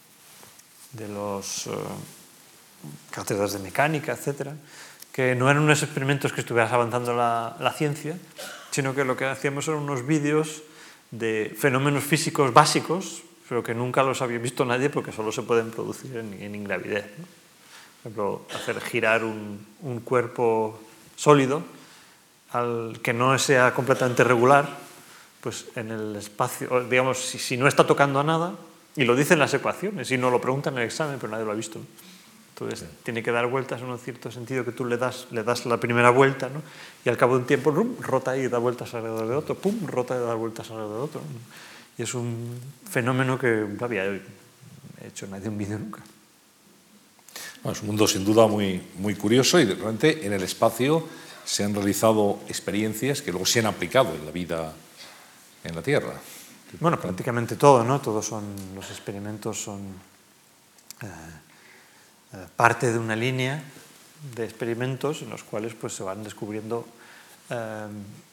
Speaker 2: de los uh, cátedras de mecánica, etcétera, que no eran unos experimentos que estuvieras avanzando la, la ciencia, sino que lo que hacíamos eran unos vídeos de fenómenos físicos básicos, pero que nunca los había visto nadie porque solo se pueden producir en, en ingravidez, ¿no? Por ejemplo, hacer girar un, un cuerpo sólido al que no sea completamente regular, pues en el espacio, digamos, si, si no está tocando a nada, y lo dicen las ecuaciones, y no lo preguntan en el examen, pero nadie lo ha visto, ¿no? Entonces, sí, tiene que dar vueltas en un cierto sentido que tú le das, le das la primera vuelta, ¿no? Y al cabo de un tiempo, rum, rota y da vueltas alrededor de otro, pum, rota y da vueltas alrededor de otro, ¿no? Y es un fenómeno que no había hecho nadie un vídeo nunca.
Speaker 1: Bueno, es un mundo sin duda muy, muy curioso, y realmente en el espacio se han realizado experiencias que luego se han aplicado en la vida en la Tierra.
Speaker 2: Bueno, prácticamente todo, ¿no? Todos son, los experimentos son eh, eh, parte de una línea de experimentos en los cuales pues, se van descubriendo, eh,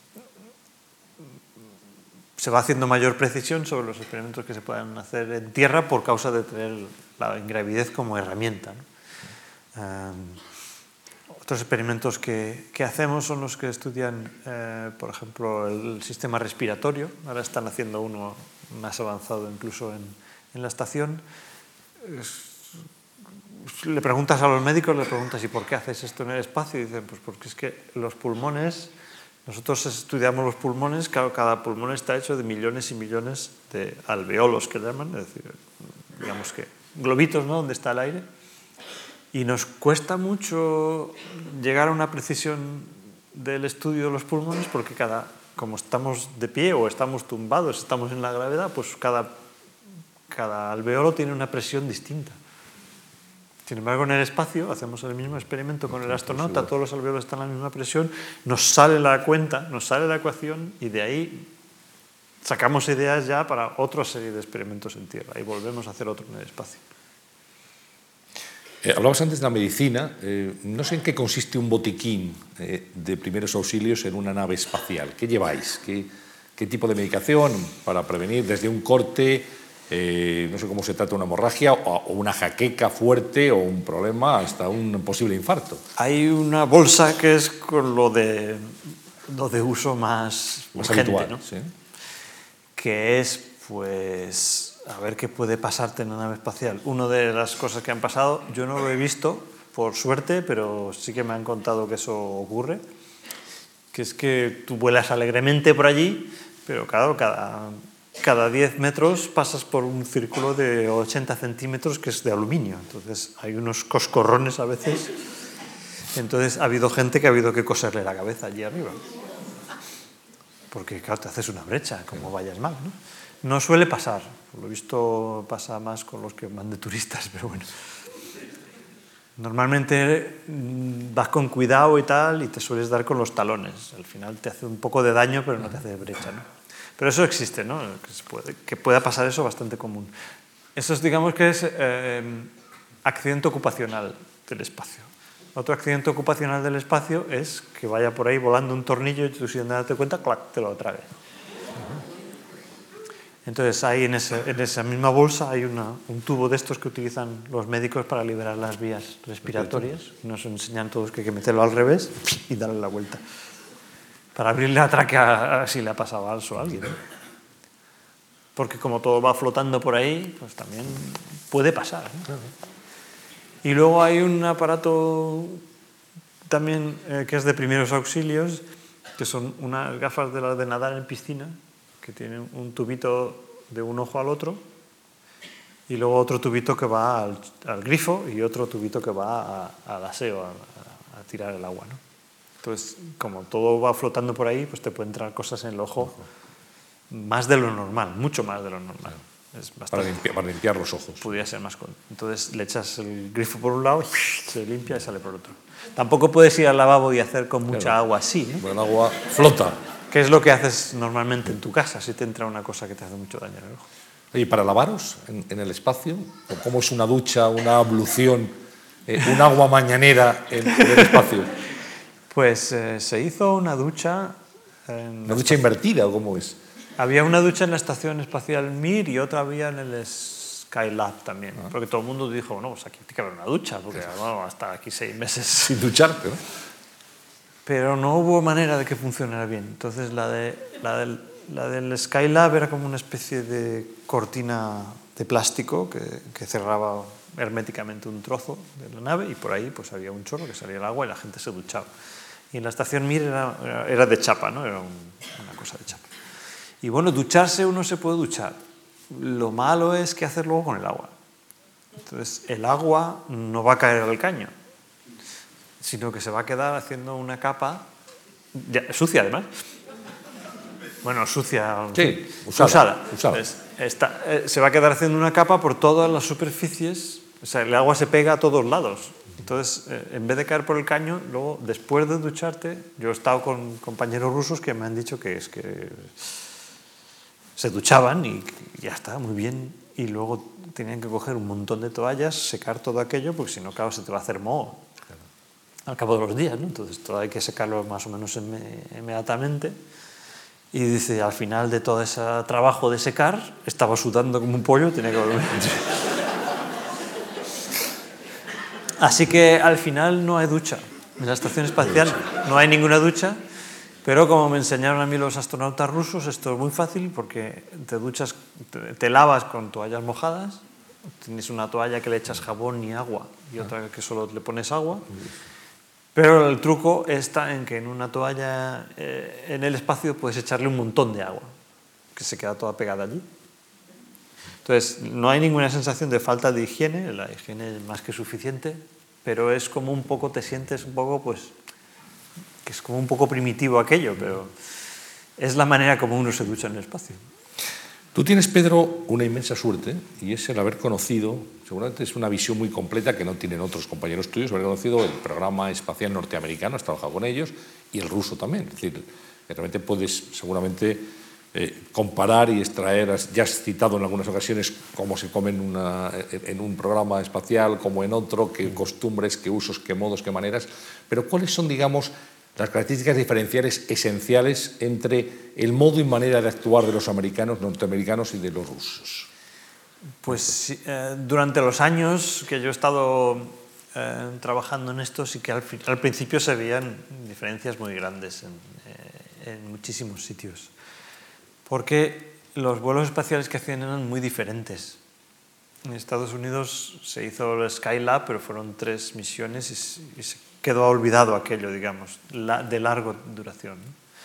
Speaker 2: se va haciendo mayor precisión sobre los experimentos que se puedan hacer en tierra por causa de tener la ingravidez como herramienta, ¿no? Eh, otros experimentos que, que hacemos son los que estudian, eh, por ejemplo, el sistema respiratorio. Ahora están haciendo uno más avanzado incluso en, en la estación. Es, le preguntas a los médicos, le preguntas ¿y por qué haces esto en el espacio? Y dicen, pues porque es que los pulmones, nosotros estudiamos los pulmones, claro, cada pulmón está hecho de millones y millones de alveolos, que llaman, es decir, digamos que globitos, ¿no?, donde está el aire. Y nos cuesta mucho llegar a una precisión del estudio de los pulmones porque cada, como estamos de pie o estamos tumbados, estamos en la gravedad, pues cada, cada alveolo tiene una presión distinta. Sin embargo, en el espacio hacemos el mismo experimento con el astronauta, todos los alveolos están a la misma presión, nos sale la cuenta, nos sale la ecuación y de ahí sacamos ideas ya para otra serie de experimentos en Tierra y volvemos a hacer otro en el espacio.
Speaker 1: Eh, hablabas antes de la medicina. Eh, no sé en qué consiste un botiquín eh, de primeros auxilios en una nave espacial. ¿Qué lleváis? ¿Qué, qué tipo de medicación para prevenir desde un corte, eh, no sé cómo se trata, una hemorragia o, o una jaqueca fuerte o un problema hasta un posible infarto?
Speaker 2: Hay una bolsa que es con lo de, lo de uso más,
Speaker 1: más
Speaker 2: urgente,
Speaker 1: habitual,
Speaker 2: ¿no?
Speaker 1: ¿sí?
Speaker 2: Que es, pues, a ver qué puede pasarte en la nave espacial. Una de las cosas que han pasado, yo no lo he visto, por suerte, pero sí que me han contado que eso ocurre, que es que tú vuelas alegremente por allí, pero claro, cada, cada diez metros pasas por un círculo de ochenta centímetros que es de aluminio. Entonces hay unos coscorrones a veces. Entonces ha habido gente que ha habido que coserle la cabeza allí arriba. Porque claro, te haces una brecha, como vayas mal, ¿no? No suele pasar, por lo visto pasa más con los que van de turistas, pero bueno. Normalmente vas con cuidado y tal y te sueles dar con los talones. Al final te hace un poco de daño, pero no te hace brecha, ¿no? Pero eso existe, ¿no? Que, se puede, que pueda pasar eso bastante común. Eso es, digamos que es eh, accidente ocupacional del espacio. Otro accidente ocupacional del espacio es que vaya por ahí volando un tornillo y tú sin darte cuenta, clac, te lo trague. Entonces, ahí en, ese, en esa misma bolsa hay una, un tubo de estos que utilizan los médicos para liberar las vías respiratorias. Nos enseñan todos que hay que meterlo al revés y darle la vuelta. Para abrirle la tráquea si le ha pasado algo a alguien, ¿no? Porque como todo va flotando por ahí, pues también puede pasar, ¿no? Y luego hay un aparato también eh, que es de primeros auxilios, que son unas gafas de las de nadar en piscina, que tienen un tubito de un ojo al otro y luego otro tubito que va al, al grifo y otro tubito que va a, al aseo, a, a, a tirar el agua, ¿no? Entonces, como todo va flotando por ahí, pues te pueden entrar cosas en el ojo más de lo normal, mucho más de lo normal. Es bastante,
Speaker 1: para, limpiar, para limpiar los ojos.
Speaker 2: Podría ser más con. Entonces le echas el grifo por un lado, se limpia y sale por otro. Tampoco puedes ir al lavabo y hacer con mucha claro. agua así, ¿no?
Speaker 1: Bueno, el agua flota.
Speaker 2: ¿Qué es lo que haces normalmente en tu casa si te entra una cosa que te hace mucho daño en el ojo?
Speaker 1: ¿Y para lavaros en, en el espacio? ¿Cómo es una ducha, una ablución, eh, un agua mañanera en, en el espacio?
Speaker 2: Pues eh, se hizo una ducha... En
Speaker 1: ¿Una ducha invertida o cómo es?
Speaker 2: Había una ducha en la Estación Espacial Mir y otra había en el Skylab también. Ah. Porque todo el mundo dijo, no, pues aquí tiene que haber una ducha, porque bueno, hasta aquí seis meses...
Speaker 1: Sin ducharte, ¿no?
Speaker 2: Pero no hubo manera de que funcionara bien. Entonces la, de, la, del, la del Skylab era como una especie de cortina de plástico que, que cerraba herméticamente un trozo de la nave y por ahí pues había un chorro que salía el agua y la gente se duchaba. Y en la Estación Mir era, era de chapa, ¿no? Era un, una cosa de chapa. Y bueno, ducharse uno se puede duchar. Lo malo es que hacer luego con el agua. Entonces el agua no va a caer al caño, sino que se va a quedar haciendo una capa ya, sucia además. Bueno, sucia,
Speaker 1: sí,
Speaker 2: usada. usada.
Speaker 1: usada.
Speaker 2: Entonces, está, eh, se va a quedar haciendo una capa por todas las superficies, o sea, el agua se pega a todos lados. Entonces, eh, en vez de caer por el caño, luego, después de ducharte, yo he estado con compañeros rusos que me han dicho que es que se duchaban y ya está, muy bien, y luego tenían que coger un montón de toallas, secar todo aquello, porque si no, claro, se te va a hacer moho al cabo de los días, ¿no? Entonces todo hay que secarlo más o menos inmediatamente. Y dice, al final de todo ese trabajo de secar, estaba sudando como un pollo, tenía que volver. Así que al final no hay ducha. En la estación espacial no hay ninguna ducha, pero como me enseñaron a mí los astronautas rusos, esto es muy fácil porque te duchas, te, te lavas con toallas mojadas, tienes una toalla que le echas jabón y agua y otra que solo le pones agua, pero el truco está en que en una toalla eh, en el espacio puedes echarle un montón de agua, que se queda toda pegada allí. Entonces, no hay ninguna sensación de falta de higiene, la higiene es más que suficiente, pero es como un poco, te sientes un poco, pues, que es como un poco primitivo aquello, pero es la manera como uno se ducha en el espacio.
Speaker 1: Tú tienes, Pedro, una inmensa suerte, y es el haber conocido, seguramente es una visión muy completa que no tienen otros compañeros tuyos, haber conocido el programa espacial norteamericano, has trabajado con ellos, y el ruso también. Es decir, que realmente puedes seguramente eh, comparar y extraer, ya has citado en algunas ocasiones cómo se come en, una, en un programa espacial, como en otro, qué costumbres, qué usos, qué modos, qué maneras, pero ¿cuáles son, digamos, las características diferenciales esenciales entre el modo y manera de actuar de los americanos, norteamericanos y de los rusos?
Speaker 2: Pues eh, durante los años que yo he estado eh, trabajando en esto, sí que al, al principio se veían diferencias muy grandes en, eh, en muchísimos sitios, porque los vuelos espaciales que hacían eran muy diferentes. En Estados Unidos se hizo el Skylab, pero fueron tres misiones y, y se quedó olvidado aquello, digamos, la, de larga duración.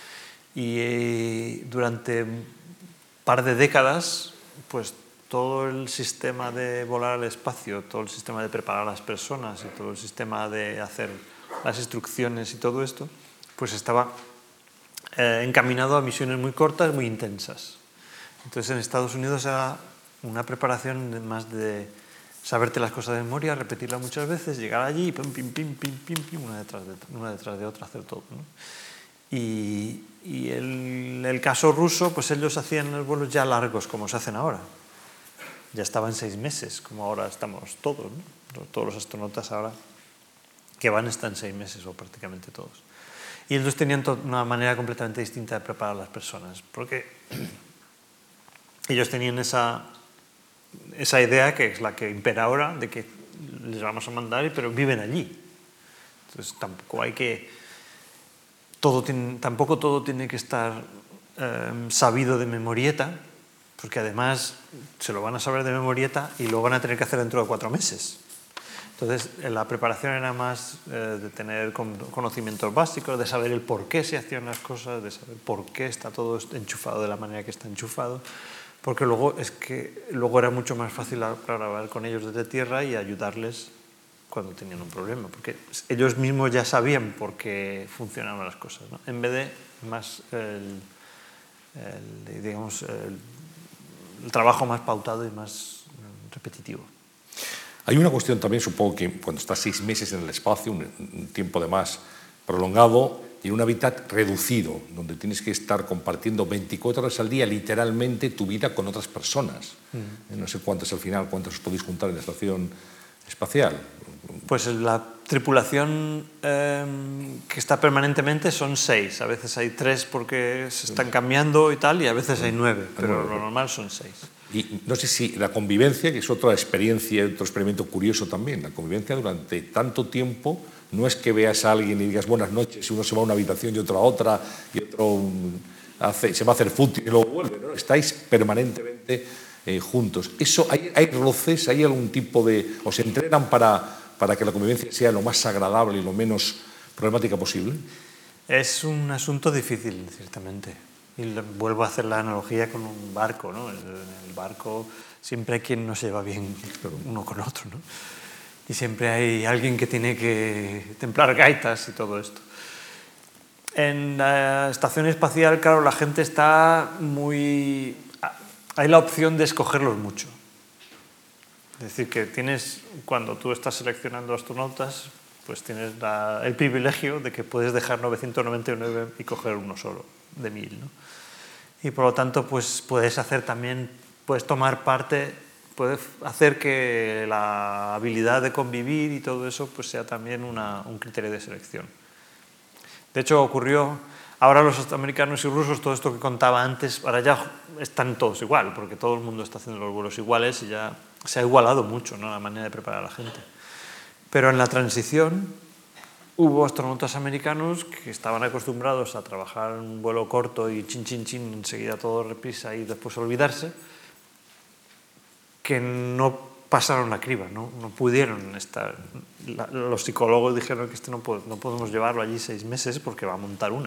Speaker 2: Y eh, durante un par de décadas, pues todo el sistema de volar al espacio, todo el sistema de preparar a las personas y todo el sistema de hacer las instrucciones y todo esto, pues estaba eh, encaminado a misiones muy cortas, muy intensas. Entonces en Estados Unidos era una preparación más de saberte las cosas de memoria, repetirlas muchas veces, llegar allí y pim, pim, pim, pim, pim, pim, una detrás de, una detrás de otra, hacer todo, ¿no? Y, y el, el caso ruso, pues ellos hacían los vuelos ya largos, como se hacen ahora. Ya estaban seis meses, como ahora estamos todos, ¿no? Todos los astronautas ahora que van están seis meses, o prácticamente todos. Y ellos tenían una manera completamente distinta de preparar a las personas, porque ellos tenían esa... esa idea que es la que impera ahora, de que les vamos a mandar, pero viven allí. Entonces tampoco hay que... Todo tiene, tampoco todo tiene que estar eh, sabido de memorieta, porque además se lo van a saber de memorieta y lo van a tener que hacer dentro de cuatro meses. Entonces la preparación era más eh, de tener conocimientos básicos, de saber el por qué se hacían las cosas, de saber por qué está todo enchufado de la manera que está enchufado, porque luego es que luego era mucho más fácil hablar con ellos desde tierra y ayudarles cuando tenían un problema, porque ellos mismos ya sabían por qué funcionaban las cosas, ¿no? En vez de más el, el, digamos, el, el trabajo más pautado y más repetitivo.
Speaker 1: Hay una cuestión también, supongo que cuando estás seis meses en el espacio, un, un tiempo de más prolongado, y en un hábitat reducido, donde tienes que estar compartiendo veinticuatro horas al día, literalmente, tu vida con otras personas. Mm. No sé cuántas al final, cuántas os podéis juntar en la estación espacial.
Speaker 2: Pues la tripulación eh, que está permanentemente son seis. A veces hay tres porque se están cambiando y tal, y a veces hay nueve, pero lo normal son seis.
Speaker 1: Y no sé si la convivencia, que es otra experiencia, otro experimento curioso también, la convivencia durante tanto tiempo, no es que veas a alguien y digas buenas noches, y uno se va a una habitación y otro a otra, y otro hace, se va a hacer fútbol y luego vuelve, ¿no? Estáis permanentemente eh, juntos. Eso, ¿hay, ¿Hay roces, hay algún tipo de... o se entrenan para, para que la convivencia sea lo más agradable y lo menos problemática posible?
Speaker 2: Es un asunto difícil, ciertamente. Y vuelvo a hacer la analogía con un barco, ¿no? En el barco siempre hay quien no se lleva bien uno con otro, ¿no? Y siempre hay alguien que tiene que templar gaitas y todo esto. En la estación espacial, claro, la gente está muy... Hay la opción de escogerlos mucho. Es decir, que tienes, cuando tú estás seleccionando astronautas, pues tienes la, el privilegio de que puedes dejar novecientos noventa y nueve y coger uno solo, de mil, ¿no? Y por lo tanto, pues puedes hacer también, puedes tomar parte, puedes hacer que la habilidad de convivir y todo eso pues sea también una, un criterio de selección. De hecho, ocurrió, ahora los americanos y rusos, todo esto que contaba antes, ahora ya están todos igual, porque todo el mundo está haciendo los vuelos iguales y ya se ha igualado mucho, ¿no?, la manera de preparar a la gente. Pero en la transición hubo astronautas americanos que estaban acostumbrados a trabajar en un vuelo corto y chin, chin, chin, enseguida todo reprisa y después olvidarse, que no pasaron la criba, no, no pudieron estar. La, los psicólogos dijeron que este no, no podemos llevarlo allí seis meses porque va a montar una.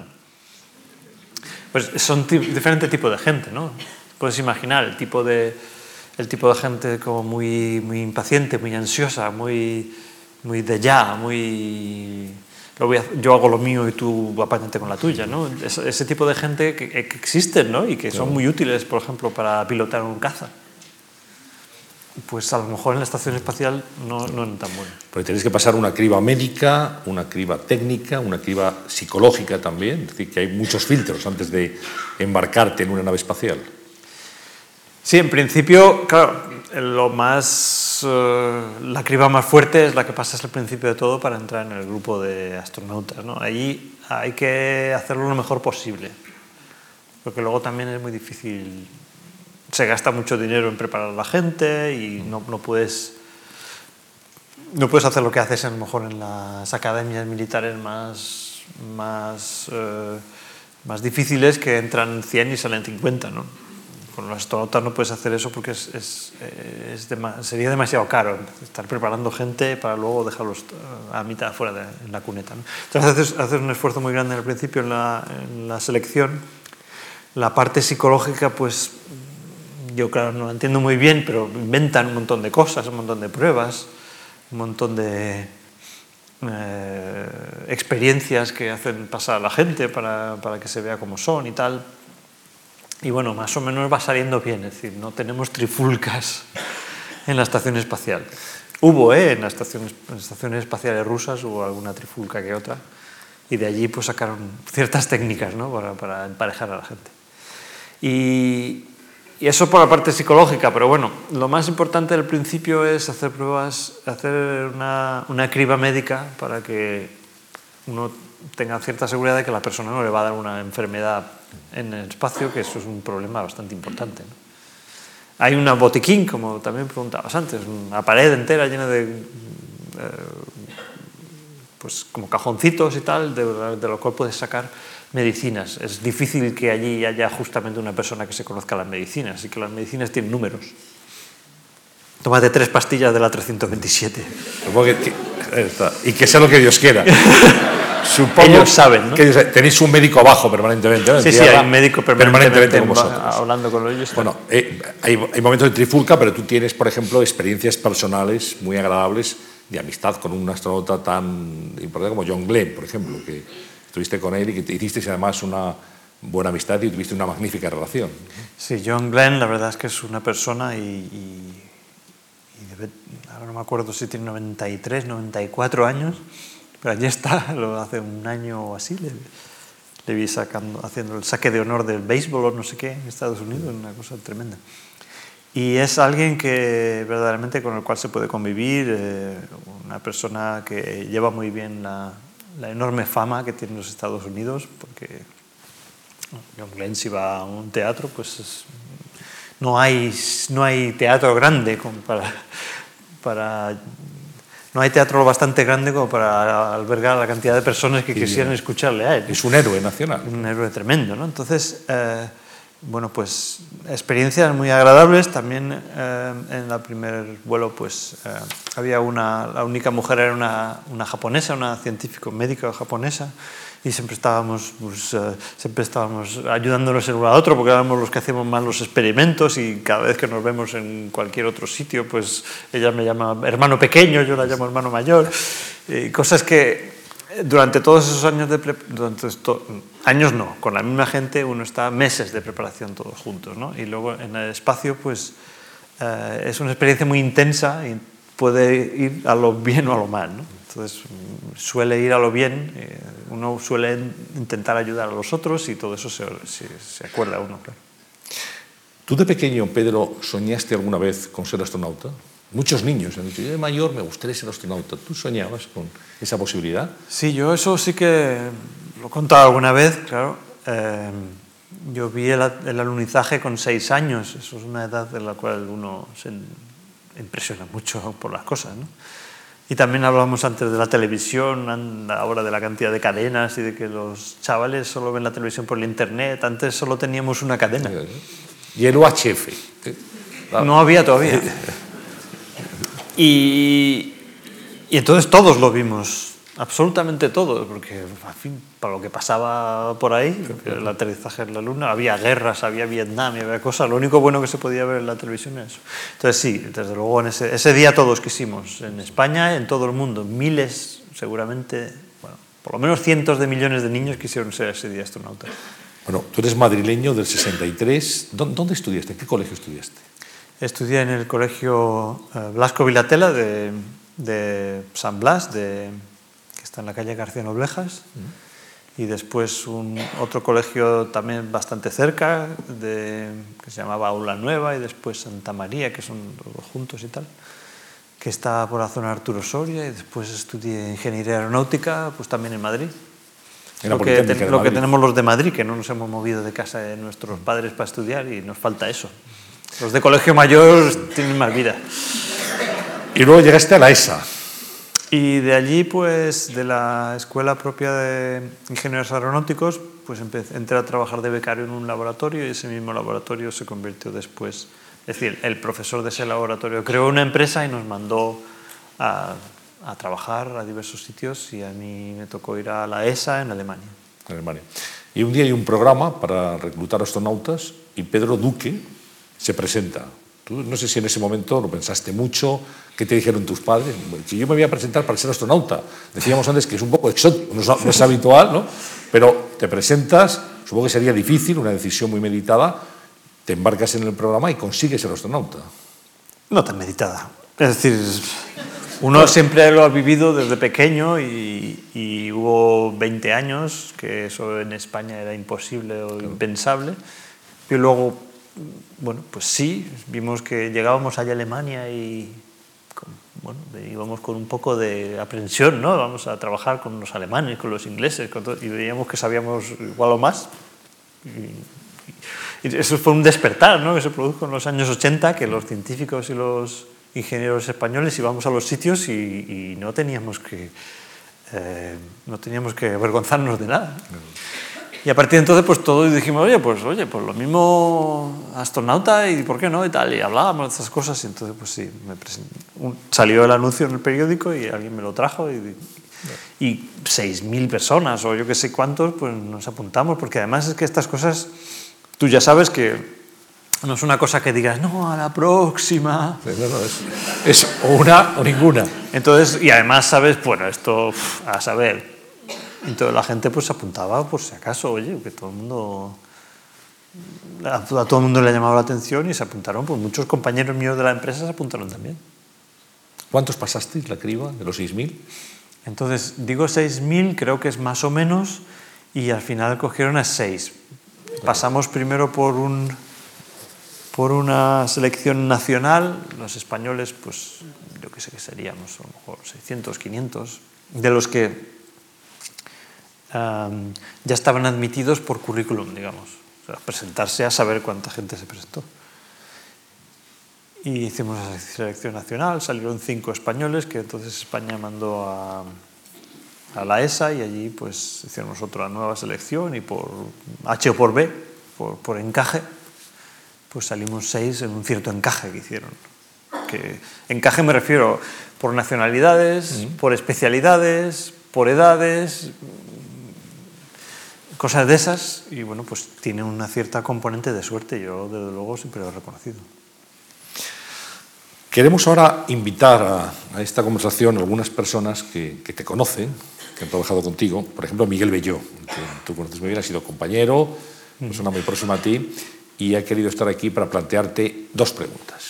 Speaker 2: Pues son diferentes tipos de gente, ¿no? Puedes imaginar el tipo de, el tipo de gente como muy, muy impaciente, muy ansiosa, muy, muy de ya, muy... Lo voy a, yo hago lo mío y tú apáñate con la tuya, ¿no? Ese, ese tipo de gente que, que existen, ¿no? Y que son muy útiles, por ejemplo, para pilotar un caza. Pues a lo mejor en la estación espacial no, no es tan bueno.
Speaker 1: Porque tenéis que pasar una criba médica, una criba técnica, una criba psicológica también. Es decir, que hay muchos filtros antes de embarcarte en una nave espacial.
Speaker 2: Sí, en principio, claro, lo más, eh, la criba más fuerte es la que pasas al principio de todo para entrar en el grupo de astronautas, ¿no? Allí hay que hacerlo lo mejor posible, porque luego también es muy difícil. Se gasta mucho dinero en preparar a la gente y no, no, puedes, no puedes hacer lo que haces a lo mejor en las academias militares más, más, eh, más difíciles, que entran cien y salen cincuenta, ¿no? Con los astronautas no puedes hacer eso porque es, es, es dema, sería demasiado caro estar preparando gente para luego dejarlos a mitad fuera de en la cuneta, ¿no? Entonces haces, haces un esfuerzo muy grande al principio en la, en la selección. La parte psicológica, pues yo claro no la entiendo muy bien, pero inventan un montón de cosas, un montón de pruebas, un montón de eh, experiencias que hacen pasar a la gente para, para que se vea cómo son y tal. Y bueno, más o menos va saliendo bien, es decir, no tenemos trifulcas en la estación espacial. Hubo, ¿eh? En las estaciones, en las estaciones espaciales rusas hubo alguna trifulca que otra, y de allí pues sacaron ciertas técnicas, ¿no? para, para emparejar a la gente. Y, y eso por la parte psicológica, pero bueno, lo más importante al principio es hacer pruebas, hacer una, una criba médica para que uno tenga cierta seguridad de que la persona no le va a dar una enfermedad en el espacio, que eso es un problema bastante importante, ¿no? Hay un botiquín, como también preguntabas antes, una pared entera llena de eh, pues como cajoncitos y tal, de, de lo cual puedes sacar medicinas. Es difícil que allí haya justamente una persona que se conozca las medicinas, y que las medicinas tienen números. Tómate tres pastillas de la trescientos veintisiete.
Speaker 1: Que, y que sea lo que Dios quiera. Supongo
Speaker 2: Ellos saben, ¿no?
Speaker 1: Que tenéis un médico abajo permanentemente, ¿no?
Speaker 2: Sí, sí, hay un médico permanentemente, permanentemente con vosotros. Hablando con ellos.
Speaker 1: Bueno, eh, hay, hay momentos de trifulca, pero tú tienes, por ejemplo, experiencias personales muy agradables de amistad con un astronauta tan importante como John Glenn, por ejemplo, que estuviste con él y que hiciste además una buena amistad y tuviste una magnífica relación.
Speaker 2: Sí, John Glenn, la verdad es que es una persona y, y, y debe, ahora no me acuerdo si tiene noventa y tres, noventa y cuatro años, pero allí está, lo hace un año o así, le, le vi sacando, haciendo el saque de honor del béisbol o no sé qué en Estados Unidos, una cosa tremenda. Y es alguien que verdaderamente con el cual se puede convivir, eh, una persona que lleva muy bien la, la enorme fama que tiene los Estados Unidos, porque John Glenn, si va a un teatro, pues es, no, hay, no hay teatro grande como para, para... No hay teatro bastante grande como para albergar a la cantidad de personas que quisieran escucharle a él.
Speaker 1: Es un héroe nacional.
Speaker 2: Un héroe tremendo, ¿no? Entonces, eh, bueno, pues experiencias muy agradables. También eh, en el primer vuelo, pues eh, había una, la única mujer era una, una japonesa, una científica médica japonesa, y siempre estábamos, pues, eh, siempre estábamos ayudándonos el uno al otro, porque éramos los que hacíamos más los experimentos, y cada vez que nos vemos en cualquier otro sitio, pues ella me llama hermano pequeño, yo la llamo hermano mayor, y cosas que durante todos esos años de pre- durante esto, años no, con la misma gente uno está meses de preparación todos juntos, ¿no? Y luego en el espacio, pues eh, es una experiencia muy intensa y puede ir a lo bien o a lo mal, ¿no? Entonces suele ir a lo bien, eh, uno suele intentar ayudar a los otros y todo eso se, se, se acuerda uno, claro.
Speaker 1: ¿Tú de pequeño, Pedro, soñaste alguna vez con ser astronauta? Muchos niños han dicho, yo de mayor me gustaría ser astronauta. ¿Tú soñabas con esa posibilidad?
Speaker 2: Sí, yo eso sí que lo he contado alguna vez, claro. Eh, yo vi el, el alunizaje con seis años, eso es una edad en la cual uno se impresiona mucho por las cosas, ¿no? Y también hablábamos antes de la televisión, ahora de la cantidad de cadenas y de que los chavales solo ven la televisión por el internet. Antes solo teníamos una cadena.
Speaker 1: Y el U H F.
Speaker 2: No había todavía. Y, y entonces todos lo vimos, absolutamente todos, porque en fin, para lo que pasaba por ahí, el aterrizaje en la Luna, había guerras, había Vietnam, había cosas, lo único bueno que se podía ver en la televisión es eso. Entonces sí, desde luego en ese, ese día todos quisimos, en España, en todo el mundo, miles, seguramente, bueno, por lo menos cientos de millones de niños quisieron ser ese día astronautas.
Speaker 1: Bueno, tú eres madrileño del sesenta y tres, ¿dónde estudiaste? ¿En qué colegio estudiaste?
Speaker 2: Estudié en el colegio Blasco Vilatela de, de San Blas, de, que está en la calle García Noblejas, mm. y después un, otro colegio también bastante cerca, de, que se llamaba Aula Nueva, y después Santa María, que son los dos juntos y tal, que está por la zona de Arturo Soria, y después estudié Ingeniería Aeronáutica, pues también en Madrid. En lo que, ten, lo que tenemos los de Madrid, que no nos hemos movido de casa de nuestros padres para estudiar y nos falta eso. Los de colegio mayor tienen más vida.
Speaker 1: Y luego llegaste a la E S A.
Speaker 2: Y de allí, pues, de la Escuela Propia de Ingenieros Aeronáuticos, pues empecé, entré a trabajar de becario en un laboratorio y ese mismo laboratorio se convirtió después... Es decir, el profesor de ese laboratorio creó una empresa y nos mandó a, a trabajar a diversos sitios y a mí me tocó ir a la E S A en Alemania.
Speaker 1: En Alemania. Y un día hay un programa para reclutar astronautas y Pedro Duque se presenta. Tú no sé si en ese momento lo pensaste mucho, ¿qué te dijeron tus padres? Que yo me voy a presentar para ser astronauta. Decíamos antes que es un poco exótico, no es, no es habitual, ¿no? Pero te presentas, supongo que sería difícil, una decisión muy meditada, te embarcas en el programa y consigues ser astronauta.
Speaker 2: No tan meditada. Es decir, uno siempre lo ha vivido desde pequeño y, y hubo veinte años, que eso en España era imposible o impensable, y luego... Bueno, pues sí, vimos que llegábamos allá a Alemania y con, bueno, íbamos con un poco de aprensión, ¿no? Vamos a trabajar con los alemanes, con los ingleses, con todo, y veíamos que sabíamos igual o más. Y, y eso fue un despertar, ¿no? Que se produjo en los años ochenta, que los científicos y los ingenieros españoles íbamos a los sitios y, y no teníamos que eh, no teníamos que avergonzarnos de nada. Y a partir de entonces, pues todos dijimos, oye, pues oye, pues lo mismo astronauta y por qué no y tal, y hablábamos de esas cosas y entonces, pues sí, me un, salió el anuncio en el periódico y alguien me lo trajo y, y seis mil personas o yo qué sé cuántos, pues nos apuntamos, porque además es que estas cosas, tú ya sabes que no es una cosa que digas, no, a la próxima.
Speaker 1: Sí, no, no, es, es o una o ninguna.
Speaker 2: Entonces, y además sabes, bueno, esto, a saber... Entonces la gente pues se apuntaba por si acaso, oye, que todo el mundo, a todo el mundo le ha llamado la atención y se apuntaron, pues muchos compañeros míos de la empresa se apuntaron también.
Speaker 1: ¿Cuántos pasasteis la criba de los seis mil?
Speaker 2: Entonces, digo seis mil, creo que es más o menos, y al final cogieron a seis. Pasamos primero por, un, por una selección nacional, los españoles, pues yo qué sé qué seríamos, a lo mejor seiscientos, quinientos, de los que... Um, ya estaban admitidos por currículum, digamos, o sea, presentarse a saber cuánta gente se presentó. Y hicimos la selección nacional, salieron cinco españoles, que entonces España mandó a, a la E S A y allí pues hicimos otra nueva selección y por H o por B, por, por encaje, pues salimos seis en un cierto encaje que hicieron. Que, encaje me refiero por nacionalidades, mm. por especialidades, por edades... Cosas de esas, y bueno, pues tiene una cierta componente de suerte, yo desde luego siempre lo he reconocido.
Speaker 1: Queremos ahora invitar a, a esta conversación a algunas personas que, que te conocen, que han trabajado contigo, por ejemplo Miguel Belló, que tú conoces muy bien, ha sido compañero, persona muy próxima a ti, y ha querido estar aquí para plantearte dos preguntas.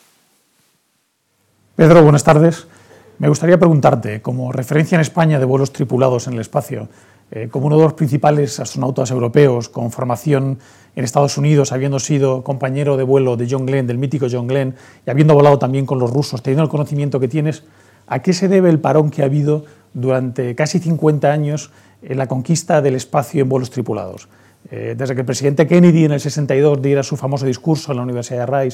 Speaker 3: Pedro, buenas tardes. Me gustaría preguntarte, como referencia en España de vuelos tripulados en el espacio, Eh, como uno de los principales astronautas europeos con formación en Estados Unidos, habiendo sido compañero de vuelo de John Glenn, del mítico John Glenn, y habiendo volado también con los rusos, teniendo el conocimiento que tienes, ¿a qué se debe el parón que ha habido durante casi cincuenta años en la conquista del espacio en vuelos tripulados? Eh, desde que el presidente Kennedy en el sesenta y dos diera su famoso discurso en la Universidad de Rice,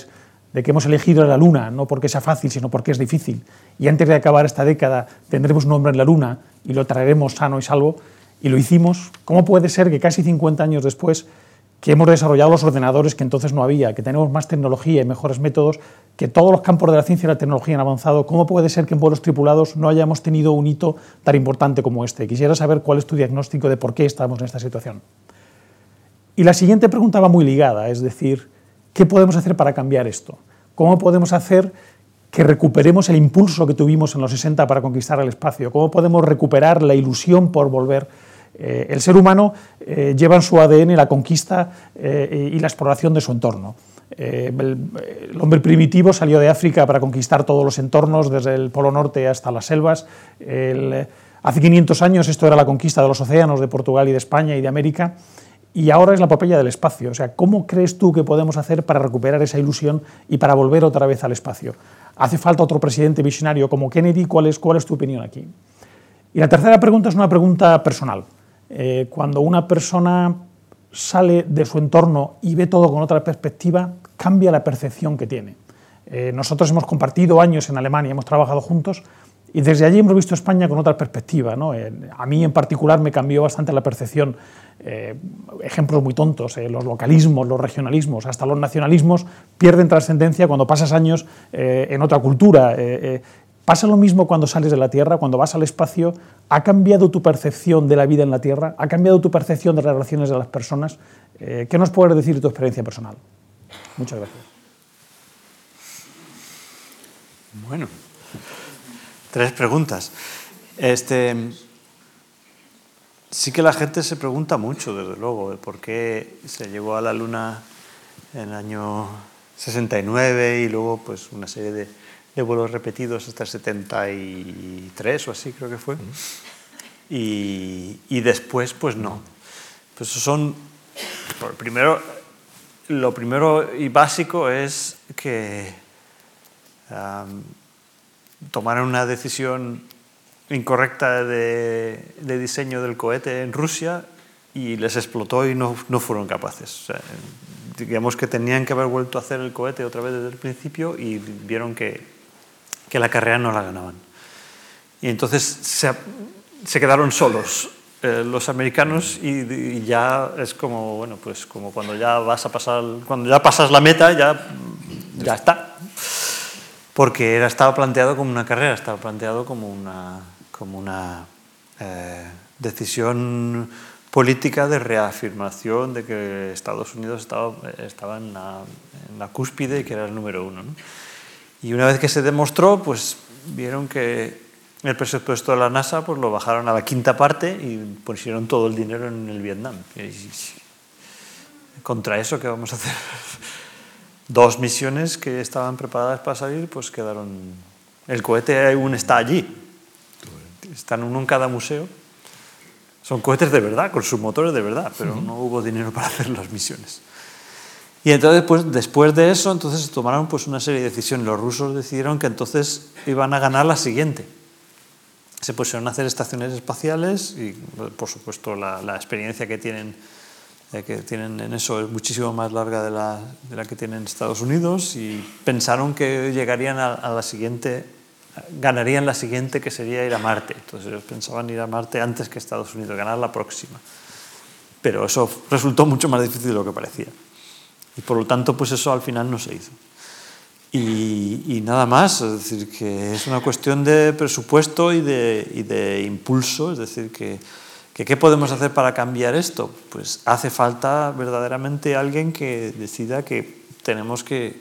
Speaker 3: de que hemos elegido la Luna, no porque sea fácil, sino porque es difícil, y antes de acabar esta década tendremos un hombre en la Luna y lo traeremos sano y salvo, y lo hicimos, ¿cómo puede ser que casi cincuenta años después, que hemos desarrollado los ordenadores que entonces no había, que tenemos más tecnología y mejores métodos, que todos los campos de la ciencia y la tecnología han avanzado, cómo puede ser que en vuelos tripulados no hayamos tenido un hito tan importante como este? Quisiera saber cuál es tu diagnóstico de por qué estamos en esta situación. Y la siguiente pregunta va muy ligada, es decir, ¿qué podemos hacer para cambiar esto? ¿Cómo podemos hacer que recuperemos el impulso que tuvimos en los sesenta para conquistar el espacio? ¿Cómo podemos recuperar la ilusión por volver? Eh, el ser humano eh, lleva en su A D N la conquista eh, y la exploración de su entorno. Eh, el, el hombre primitivo salió de África para conquistar todos los entornos, desde el Polo Norte hasta las selvas. El, hace quinientos años esto era la conquista de los océanos, de Portugal y de España y de América, y ahora es la epopeya del espacio. O sea, ¿cómo crees tú que podemos hacer para recuperar esa ilusión y para volver otra vez al espacio? ¿Hace falta otro presidente visionario como Kennedy? ¿Cuál es, cuál es tu opinión aquí? Y la tercera pregunta es una pregunta personal. Eh, cuando una persona sale de su entorno y ve todo con otra perspectiva, cambia la percepción que tiene. Eh, nosotros hemos compartido años en Alemania, hemos trabajado juntos y desde allí hemos visto España con otra perspectiva, ¿no? Eh, a mí en particular me cambió bastante la percepción. Eh, ejemplos muy tontos, eh, los localismos, los regionalismos, hasta los nacionalismos pierden trascendencia cuando pasas años eh, en otra cultura. Eh, eh, ¿Pasa lo mismo cuando sales de la Tierra, cuando vas al espacio? ¿Ha cambiado tu percepción de la vida en la Tierra? ¿Ha cambiado tu percepción de las relaciones de las personas? Eh, ¿Qué nos puedes decir de tu experiencia personal? Muchas gracias.
Speaker 2: Bueno, tres preguntas. Este, sí que la gente se pregunta mucho, desde luego, de por qué se llegó a la Luna en el año sesenta y nueve y luego pues una serie de de vuelos repetidos hasta el setenta y tres o así creo que fue, y, y después pues no. Pues son, primero, lo primero y básico es que um, tomaron una decisión incorrecta de, de diseño del cohete en Rusia y les explotó y no, no fueron capaces. O sea, digamos que tenían que haber vuelto a hacer el cohete otra vez desde el principio y vieron que que la carrera no la ganaban. Y entonces se, se quedaron solos eh, los americanos y, y ya es como, bueno, pues como cuando ya vas a pasar, cuando ya pasas la meta, ya, ya está. Porque era, estaba planteado como una carrera, estaba planteado como una, como una eh, decisión política de reafirmación de que Estados Unidos estaba, estaba en, la, en la cúspide y que era el número uno, ¿no? Y una vez que se demostró, pues vieron que el presupuesto de la NASA pues lo bajaron a la quinta parte y pusieron todo el dinero en el Vietnam. Y contra eso, ¿qué vamos a hacer? Dos misiones que estaban preparadas para salir, pues quedaron... El cohete aún está allí. Están uno en cada museo. Son cohetes de verdad, con sus motores de verdad, pero no hubo dinero para hacer las misiones. Y entonces, pues, después de eso, entonces tomaron pues, una serie de decisiones. Los rusos decidieron que entonces iban a ganar la siguiente. Se pusieron a hacer estaciones espaciales y, por supuesto, la, la experiencia que tienen, eh, que tienen en eso es muchísimo más larga de la, de la que tienen Estados Unidos y pensaron que llegarían a, a la siguiente, ganarían la siguiente, que sería ir a Marte. Entonces ellos pensaban ir a Marte antes que Estados Unidos, ganar la próxima. Pero eso resultó mucho más difícil de lo que parecía. Y por lo tanto, pues eso al final no se hizo. Y, y nada más, es decir, que es una cuestión de presupuesto y de, y de impulso, es decir, que, que ¿qué podemos hacer para cambiar esto? Pues hace falta verdaderamente alguien que decida que tenemos que,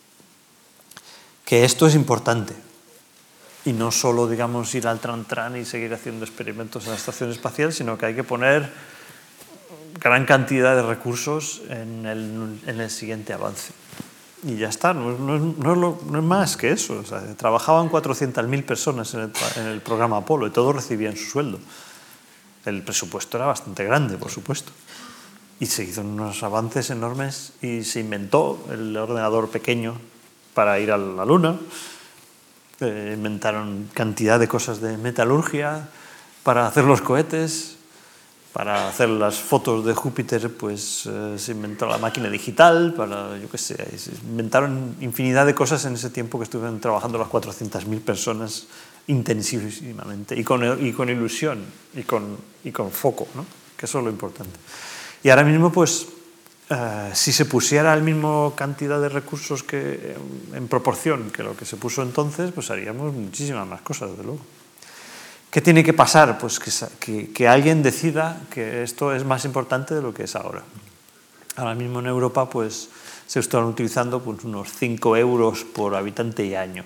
Speaker 2: que esto es importante. Y no solo, digamos, ir al tran-tran y seguir haciendo experimentos en la estación espacial, sino que hay que poner gran cantidad de recursos en el, en el siguiente avance. Y ya está, no, no, no, es, lo, no es más que eso. O sea, trabajaban cuatrocientas mil personas en el, en el programa Apolo y todos recibían su sueldo. El presupuesto era bastante grande, por supuesto. Y se hizo unos avances enormes y se inventó el ordenador pequeño para ir a la Luna. Eh, inventaron cantidad de cosas de metalurgia para hacer los cohetes. para hacer las fotos de Júpiter, pues eh, se inventó la máquina digital, para, yo qué sé, se inventaron infinidad de cosas en ese tiempo que estuvieron trabajando las cuatrocientas mil personas intensísimamente, y con, y con ilusión, y con, y con foco, ¿no? Que eso es lo importante. Y ahora mismo, pues, eh, si se pusiera la misma cantidad de recursos que, en proporción que lo que se puso entonces, pues haríamos muchísimas más cosas, desde luego. ¿Qué tiene que pasar? Pues que, que, que alguien decida que esto es más importante de lo que es ahora. Ahora mismo en Europa pues, se están utilizando pues, unos cinco euros por habitante y año.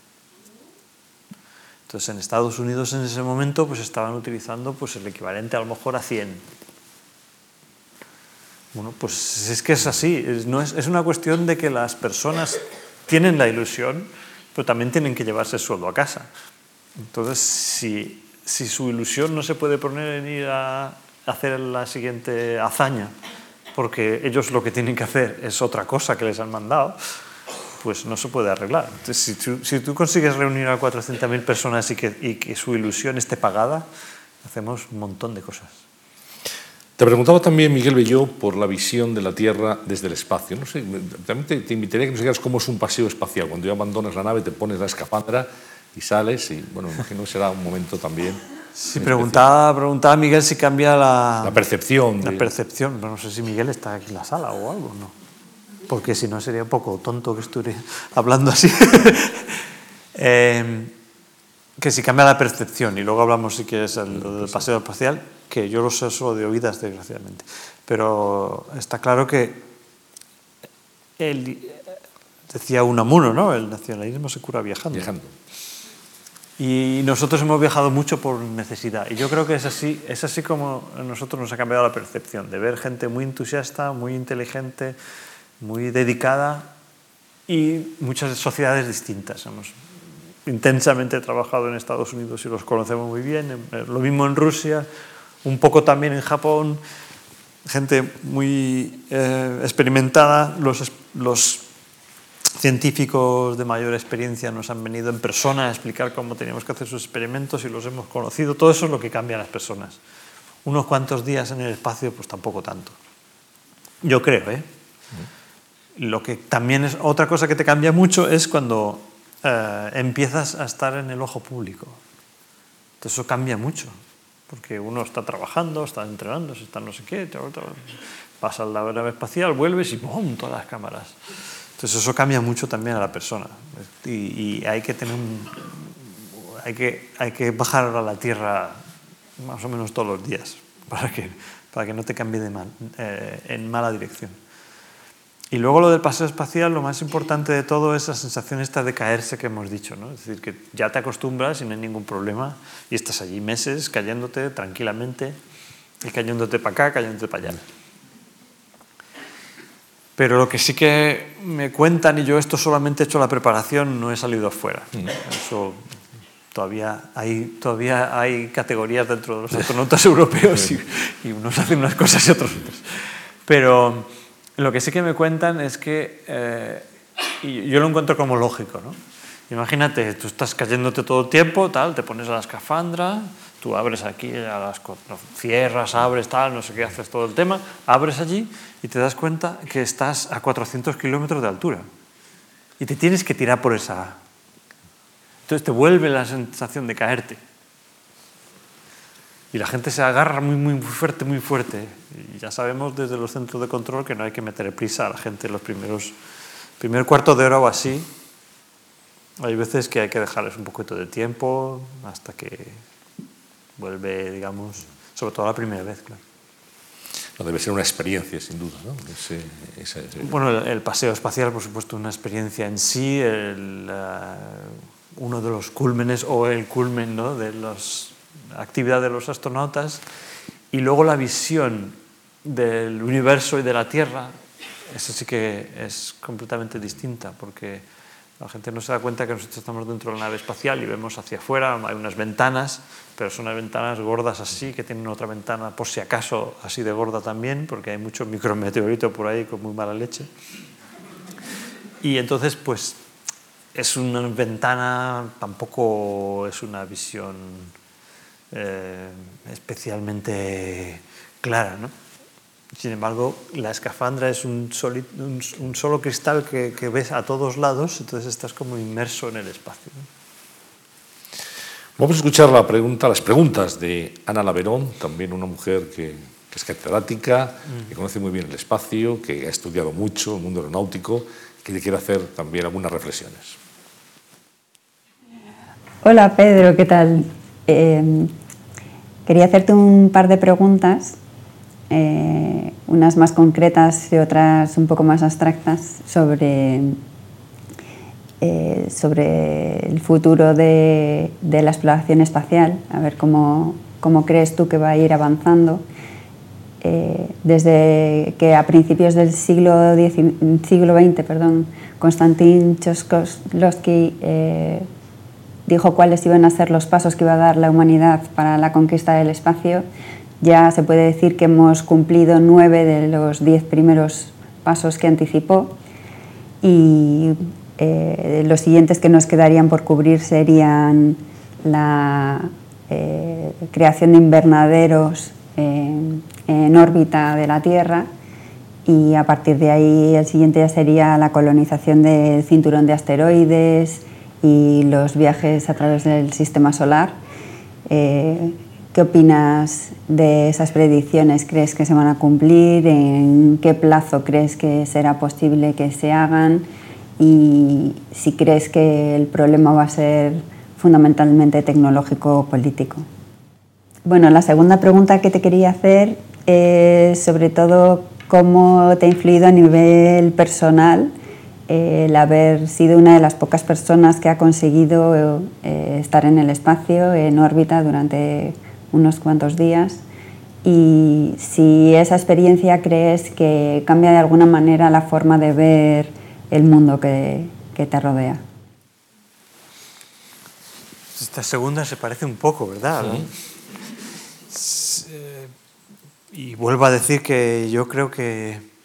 Speaker 2: Entonces en Estados Unidos en ese momento pues, estaban utilizando pues, el equivalente a lo mejor a cien. Bueno, pues es que es así. Es, no es, es una cuestión de que las personas tienen la ilusión, pero también tienen que llevarse el sueldo a casa. Entonces, si, si su ilusión no se puede poner en ir a hacer la siguiente hazaña, porque ellos lo que tienen que hacer es otra cosa que les han mandado, pues no se puede arreglar. Entonces, si tú, si tú consigues reunir a cuatrocientas mil personas y que, y que su ilusión esté pagada, hacemos un montón de cosas.
Speaker 1: Te preguntaba también, Miguel Belló, por la visión de la Tierra desde el espacio. No sé, también te, te invitaría a que nos digas cómo es un paseo espacial. Cuando ya abandonas la nave, te pones la escafandra y sales, y bueno, me imagino que será un momento también.
Speaker 2: Sí, preguntaba, preguntaba a Miguel si cambia la,
Speaker 1: la percepción.
Speaker 2: La
Speaker 1: de...
Speaker 2: percepción. No sé si Miguel está aquí en la sala o algo, ¿no? Porque si no sería un poco tonto que estuviera hablando así. eh, que si cambia la percepción, y luego hablamos si quieres el, del paseo espacial, que yo lo sé solo de oídas, desgraciadamente. Pero está claro que él, decía Unamuno, ¿no? El nacionalismo se cura viajando.
Speaker 1: Viajando.
Speaker 2: Y nosotros hemos viajado mucho por necesidad. Y yo creo que es así, es así como a nosotros nos ha cambiado la percepción, de ver gente muy entusiasta, muy inteligente, muy dedicada, y muchas sociedades distintas. Hemos intensamente trabajado en Estados Unidos y los conocemos muy bien. Lo mismo en Rusia, un poco también en Japón. Gente muy eh, experimentada. Los, los científicos de mayor experiencia nos han venido en persona a explicar cómo teníamos que hacer sus experimentos y los hemos conocido. Todo eso es lo que cambia a las personas. Unos cuantos días en el espacio, pues tampoco tanto. Yo creo, ¿eh? Mm. Lo que también es otra cosa que te cambia mucho es cuando eh, empiezas a estar en el ojo público. Entonces eso cambia mucho, porque uno está trabajando, está entrenando, está no sé qué, pasa la nave espacial, vuelves y ¡bum!, todas las cámaras. Entonces eso cambia mucho también a la persona, y, y hay que tener un, hay que, hay que bajar a la Tierra más o menos todos los días para que, para que no te cambie de mal, eh, en mala dirección. Y luego lo del paseo espacial, lo más importante de todo es la sensación esta de caerse que hemos dicho, ¿no? Es decir, que ya te acostumbras y no hay ningún problema y estás allí meses cayéndote tranquilamente y cayéndote para acá, cayéndote para allá. Pero lo que sí que me cuentan, y yo esto solamente he hecho la preparación, no he salido afuera. Mm. Eso todavía hay, todavía hay categorías dentro de los astronautas europeos y, y unos hacen unas cosas y otros otras. Pero lo que sí que me cuentan es que, eh, y yo lo encuentro como lógico, ¿no? Imagínate, tú estás cayéndote todo el tiempo, tal, te pones a la escafandra, tú abres aquí, a las, cierras, abres, tal, no sé qué, haces todo el tema, abres allí y te das cuenta que estás a cuatrocientos kilómetros de altura y te tienes que tirar por esa... Entonces te vuelve la sensación de caerte. Y la gente se agarra muy, muy, muy fuerte, muy fuerte. Y ya sabemos desde los centros de control que no hay que meter prisa a la gente en los primeros primer cuarto de hora o así. Hay veces que hay que dejarles un poquito de tiempo hasta que vuelve, digamos, sobre todo la primera vez, claro.
Speaker 1: No, debe ser una experiencia, sin duda, ¿no? Ese, ese, ese...
Speaker 2: Bueno, el, el paseo espacial, por supuesto, una experiencia en sí, el, uh, uno de los cúlmenes o el culmen, ¿no?, de las actividades de los astronautas, y luego la visión del universo y de la Tierra. Eso sí que es completamente distinta, porque la gente no se da cuenta que nosotros estamos dentro de la nave espacial y vemos hacia afuera, hay unas ventanas, pero son unas ventanas gordas así, que tienen otra ventana por si acaso así de gorda también, porque hay muchos micrometeoritos por ahí con muy mala leche. Y entonces, pues, es una ventana, tampoco es una visión eh, especialmente clara, ¿no? Sin embargo, la escafandra es un, soli, un, un solo cristal que, que ves a todos lados, entonces estás como inmerso en el espacio, ¿no?
Speaker 1: Vamos a escuchar la pregunta, las preguntas de Ana Laverón, también una mujer que, que es catedrática, mm. que conoce muy bien el espacio, que ha estudiado mucho el mundo aeronáutico, que le quiere hacer también algunas reflexiones.
Speaker 4: Hola Pedro, ¿qué tal? Eh, quería hacerte un par de preguntas, eh, unas más concretas y otras un poco más abstractas, sobre, eh, sobre el futuro de, de la exploración espacial, a ver cómo, cómo crees tú que va a ir avanzando. Eh, desde que a principios del siglo, diez, siglo veinte, perdón, Konstantin Tsiolkovsky eh, dijo cuáles iban a ser los pasos que iba a dar la humanidad para la conquista del espacio, ya se puede decir que hemos cumplido nueve de los diez primeros pasos que anticipó, y eh, los siguientes que nos quedarían por cubrir serían la eh, creación de invernaderos en, en órbita de la Tierra, y a partir de ahí el siguiente ya sería la colonización del cinturón de asteroides y los viajes a través del sistema solar. Eh, ¿Qué opinas de esas predicciones? ¿Crees que se van a cumplir? ¿En qué plazo crees que será posible que se hagan? Y si crees que el problema va a ser fundamentalmente tecnológico o político. Bueno, la segunda pregunta que te quería hacer es sobre todo cómo te ha influido a nivel personal el haber sido una de las pocas personas que ha conseguido eh, estar en el espacio, en órbita, durante unos cuantos días, y si esa experiencia crees que cambia de alguna manera la forma de ver el mundo que, que te rodea.
Speaker 2: Esta segunda se parece un poco, ¿verdad? ¿No?
Speaker 1: Sí.
Speaker 2: Eh, y vuelvo a decir que yo creo que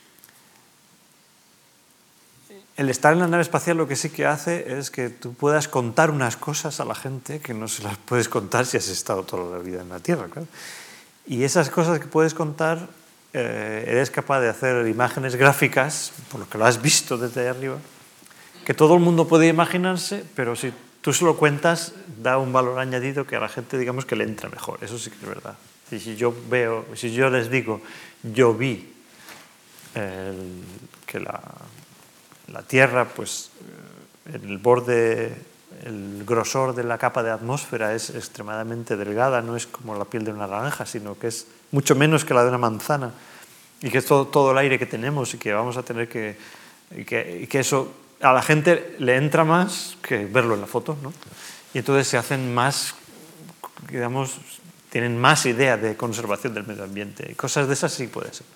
Speaker 2: el estar en la nave espacial lo que sí que hace es que tú puedas contar unas cosas a la gente que no se las puedes contar si has estado toda la vida en la Tierra, claro. Y esas cosas que puedes contar, eh, eres capaz de hacer imágenes gráficas, por lo que lo has visto desde ahí arriba, que todo el mundo puede imaginarse, pero si tú se lo cuentas, da un valor añadido que a la gente, digamos, que le entra mejor. Eso sí que es verdad. Y si yo veo, si yo les digo, yo vi el, que la... La Tierra, pues el borde, el grosor de la capa de atmósfera es extremadamente delgada, no es como la piel de una naranja, sino que es mucho menos que la de una manzana, y que es todo, todo el aire que tenemos y que vamos a tener que... Y que, y que eso a la gente le entra más que verlo en la foto, ¿no? Y entonces se hacen más, digamos, tienen más idea de conservación del medio ambiente. Y cosas de esas sí puede ser.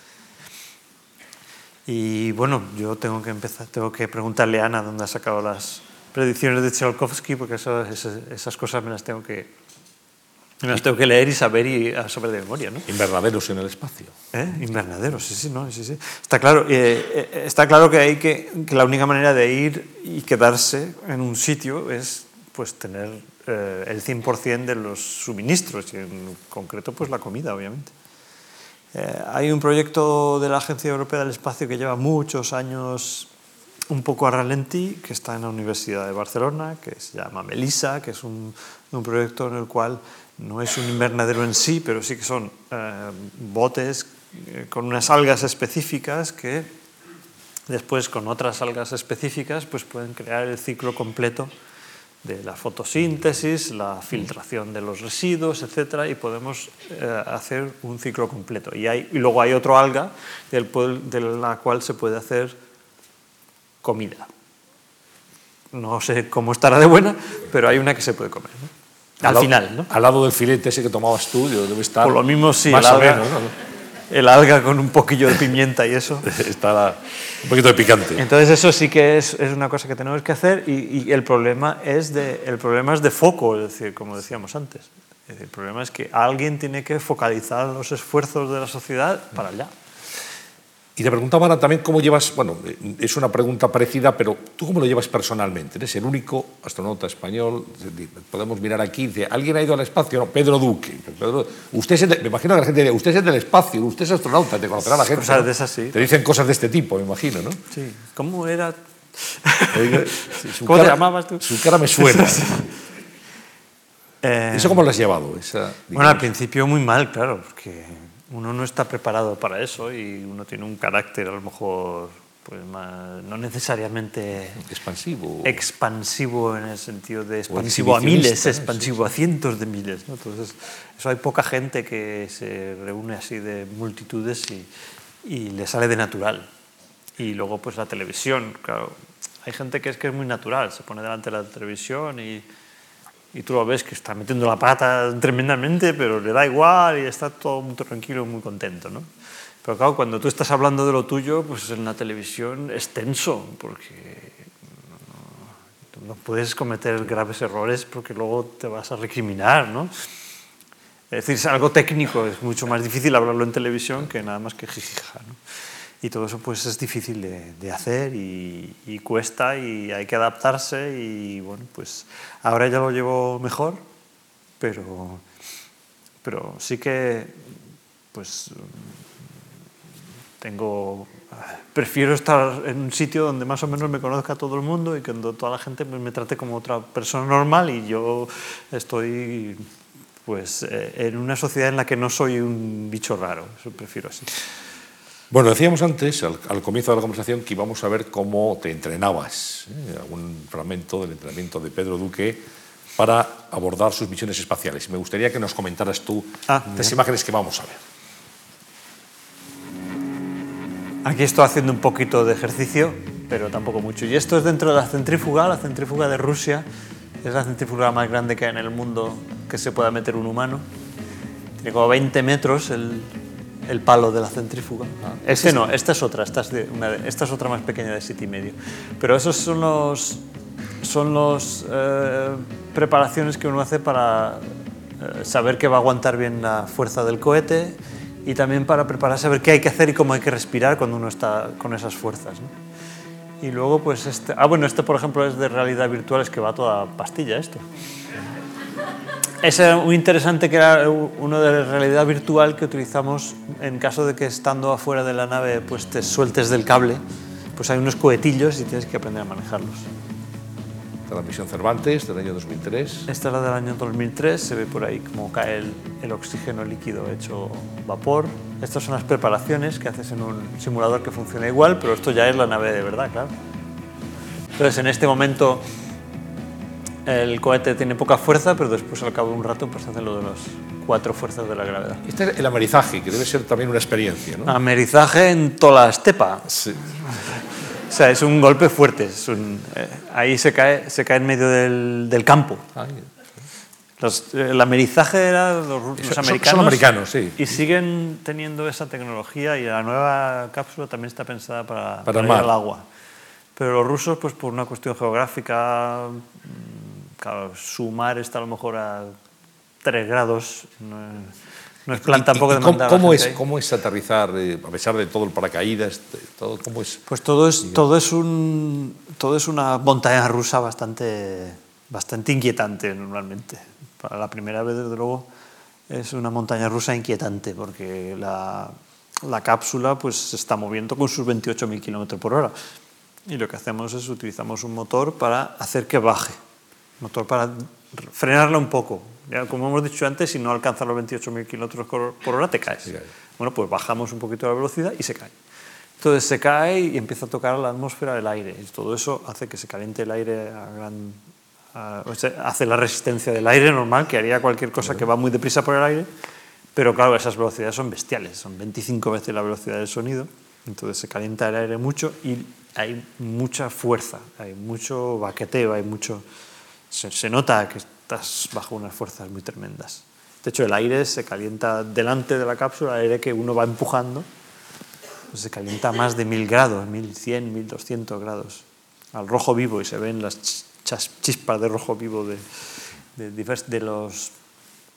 Speaker 2: Y bueno, yo tengo que empezar, tengo que preguntarle a Ana dónde ha sacado las predicciones de Tsiolkovsky, porque eso, esas, esas cosas me las tengo que me las tengo que leer y saber y saber de memoria, ¿no?
Speaker 1: Invernaderos en el espacio.
Speaker 2: ¿Eh? Invernaderos, sí, sí, no, sí, sí. Está claro, eh, está claro que hay que, que la única manera de ir y quedarse en un sitio es, pues, tener eh, el cien por ciento de los suministros y en concreto, pues, la comida, obviamente. Eh, hay un proyecto de la Agencia Europea del Espacio que lleva muchos años un poco a ralentí, que está en la Universidad de Barcelona, que se llama MELISA, que es un, un proyecto en el cual no es un invernadero en sí, pero sí que son eh, botes eh, con unas algas específicas que después, con otras algas específicas, pues pueden crear el ciclo completo de la fotosíntesis, la filtración de los residuos, etcétera, y podemos eh, hacer un ciclo completo. Y, hay, y luego hay otro alga del, de la cual se puede hacer comida. No sé cómo estará de buena, pero hay una que se puede comer, ¿no? Al, al final, ¿no?
Speaker 1: Al lado del filete ese que tomabas tú, debe estar...
Speaker 2: Por lo mismo, sí,
Speaker 1: más
Speaker 2: el
Speaker 1: o
Speaker 2: alga,
Speaker 1: menos, ¿no?
Speaker 2: El alga con un poquillo de pimienta y eso.
Speaker 1: Está la, un poquito de picante.
Speaker 2: Entonces eso sí que es, es una cosa que tenemos que hacer, y, y el, problema es de, el problema es de foco, es decir, como decíamos antes. Es decir, el problema es que alguien tiene que focalizar los esfuerzos de la sociedad para allá.
Speaker 1: Y te preguntaba ahora también cómo llevas, bueno, es una pregunta parecida, pero ¿tú cómo lo llevas personalmente? Eres el único astronauta español, podemos mirar aquí, dice, ¿alguien ha ido al espacio? No, Pedro Duque. Pedro, usted es el de, me imagino que la gente dice, usted es el del espacio, usted es astronauta, te conocerá la gente.
Speaker 2: Cosas
Speaker 1: ¿no?
Speaker 2: de esas, sí.
Speaker 1: Te dicen cosas de este tipo, me imagino, ¿no?
Speaker 2: Sí. ¿Cómo era?
Speaker 1: Sí,
Speaker 2: ¿Cómo
Speaker 1: cara,
Speaker 2: te llamabas tú?
Speaker 1: Su cara me suena.
Speaker 2: eh,
Speaker 1: ¿Eso cómo lo has llevado? Esa,
Speaker 2: bueno, al principio muy mal, claro, porque uno no está preparado para eso y uno tiene un carácter a lo mejor pues más, no necesariamente
Speaker 1: expansivo.
Speaker 2: Expansivo en el sentido de expansivo a miles, expansivo
Speaker 1: ¿no?
Speaker 2: a cientos de miles, ¿no? Entonces, eso hay poca gente que se reúne así de multitudes y, y le sale de natural. Y luego pues la televisión, claro, hay gente que es que es muy natural, se pone delante de la televisión y y tú lo ves que está metiendo la pata tremendamente, pero le da igual y está todo muy tranquilo y muy contento, ¿no? Pero claro, cuando tú estás hablando de lo tuyo, pues en la televisión es tenso, porque no, no puedes cometer graves errores porque luego te vas a recriminar, ¿no? Es decir, es algo técnico, es mucho más difícil hablarlo en televisión que nada más que jijija, ¿no? Y todo eso pues es difícil de, de hacer y, y cuesta y hay que adaptarse y bueno, pues ahora ya lo llevo mejor, pero, pero sí que pues tengo, prefiero estar en un sitio donde más o menos me conozca todo el mundo y que donde toda la gente pues, me trate como otra persona normal y yo estoy pues en una sociedad en la que no soy un bicho raro, eso prefiero así.
Speaker 1: Bueno, decíamos antes, al, al comienzo de la conversación, que íbamos a ver cómo te entrenabas, ¿eh? Algún fragmento del entrenamiento de Pedro Duque para abordar sus misiones espaciales. Me gustaría que nos comentaras tú ah, las imágenes que vamos a ver.
Speaker 2: Aquí estoy haciendo un poquito de ejercicio, pero tampoco mucho. Y esto es dentro de la centrífuga, la centrífuga de Rusia. Es la centrífuga más grande que hay en el mundo que se pueda meter un humano. Tiene como veinte metros el... el palo de la centrífuga. Ah, este no, esta es otra, esta es, de una de, esta es otra más pequeña de siete y medio. Pero esos son los son los eh, preparaciones que uno hace para eh, saber que va a aguantar bien la fuerza del cohete y también para preparar saber qué hay que hacer y cómo hay que respirar cuando uno está con esas fuerzas, ¿no? Y luego pues este, ah bueno, este por ejemplo es de realidad virtual, es que va toda pastilla esto. Es muy interesante que era uno de realidad virtual que utilizamos en caso de que estando afuera de la nave pues te sueltes del cable, pues hay unos cohetillos y tienes que aprender a manejarlos.
Speaker 1: Esta es la misión Cervantes del año dos mil tres.
Speaker 2: Esta es la del año dos mil tres, se ve por ahí cómo cae el, el oxígeno líquido hecho vapor. Estas son las preparaciones que haces en un simulador que funciona igual, pero esto ya es la nave de verdad, claro. Entonces en este momento el cohete tiene poca fuerza, pero después al cabo de un rato pues hace lo de las cuatro fuerzas de la gravedad.
Speaker 1: Este es el amerizaje, que debe ser también una experiencia, ¿no?
Speaker 2: Amerizaje en toda la estepa.
Speaker 1: Sí.
Speaker 2: O sea, es un golpe fuerte. Es un, eh, ahí se cae, se cae en medio del, del campo. Ay. Los, el amerizaje era los, los
Speaker 1: son,
Speaker 2: americanos.
Speaker 1: Son americanos, sí.
Speaker 2: Y siguen teniendo esa tecnología y la nueva cápsula también está pensada para,
Speaker 1: para,
Speaker 2: para ir al agua. Pero los rusos, pues por una cuestión geográfica, claro, su mar está a lo mejor a tres grados, no, no es plan tampoco de mandar
Speaker 1: ¿Cómo,
Speaker 2: a la
Speaker 1: es,
Speaker 2: gente ahí.
Speaker 1: ¿Cómo es aterrizar, eh, a pesar de todo el paracaídas? Todo, ¿cómo es?
Speaker 2: Pues todo es, todo, es un, todo es una montaña rusa bastante, bastante inquietante normalmente. Para la primera vez, desde luego, es una montaña rusa inquietante porque la, la cápsula pues, se está moviendo con sus veintiocho mil kilómetros por hora. Y lo que hacemos es utilizamos un motor para hacer que baje, motor para frenarla un poco. Ya, como hemos dicho antes, si no alcanzas los veintiocho mil kilómetros por hora te caes. Sí, cae. Bueno, pues bajamos un poquito la velocidad y se cae. Entonces se cae y empieza a tocar la atmósfera del aire. Y todo eso hace que se caliente el aire a gran... A, o sea, hace la resistencia del aire normal, que haría cualquier cosa que va muy deprisa por el aire. Pero claro, esas velocidades son bestiales, son veinticinco veces la velocidad del sonido. Entonces se calienta el aire mucho y hay mucha fuerza, hay mucho baqueteo, hay mucho... Se, se nota que estás bajo unas fuerzas muy tremendas. De hecho, el aire se calienta delante de la cápsula, el aire que uno va empujando, pues se calienta a más de mil grados, mil cien, mil doscientos grados, al rojo vivo, y se ven las chispas de rojo vivo de, de, de los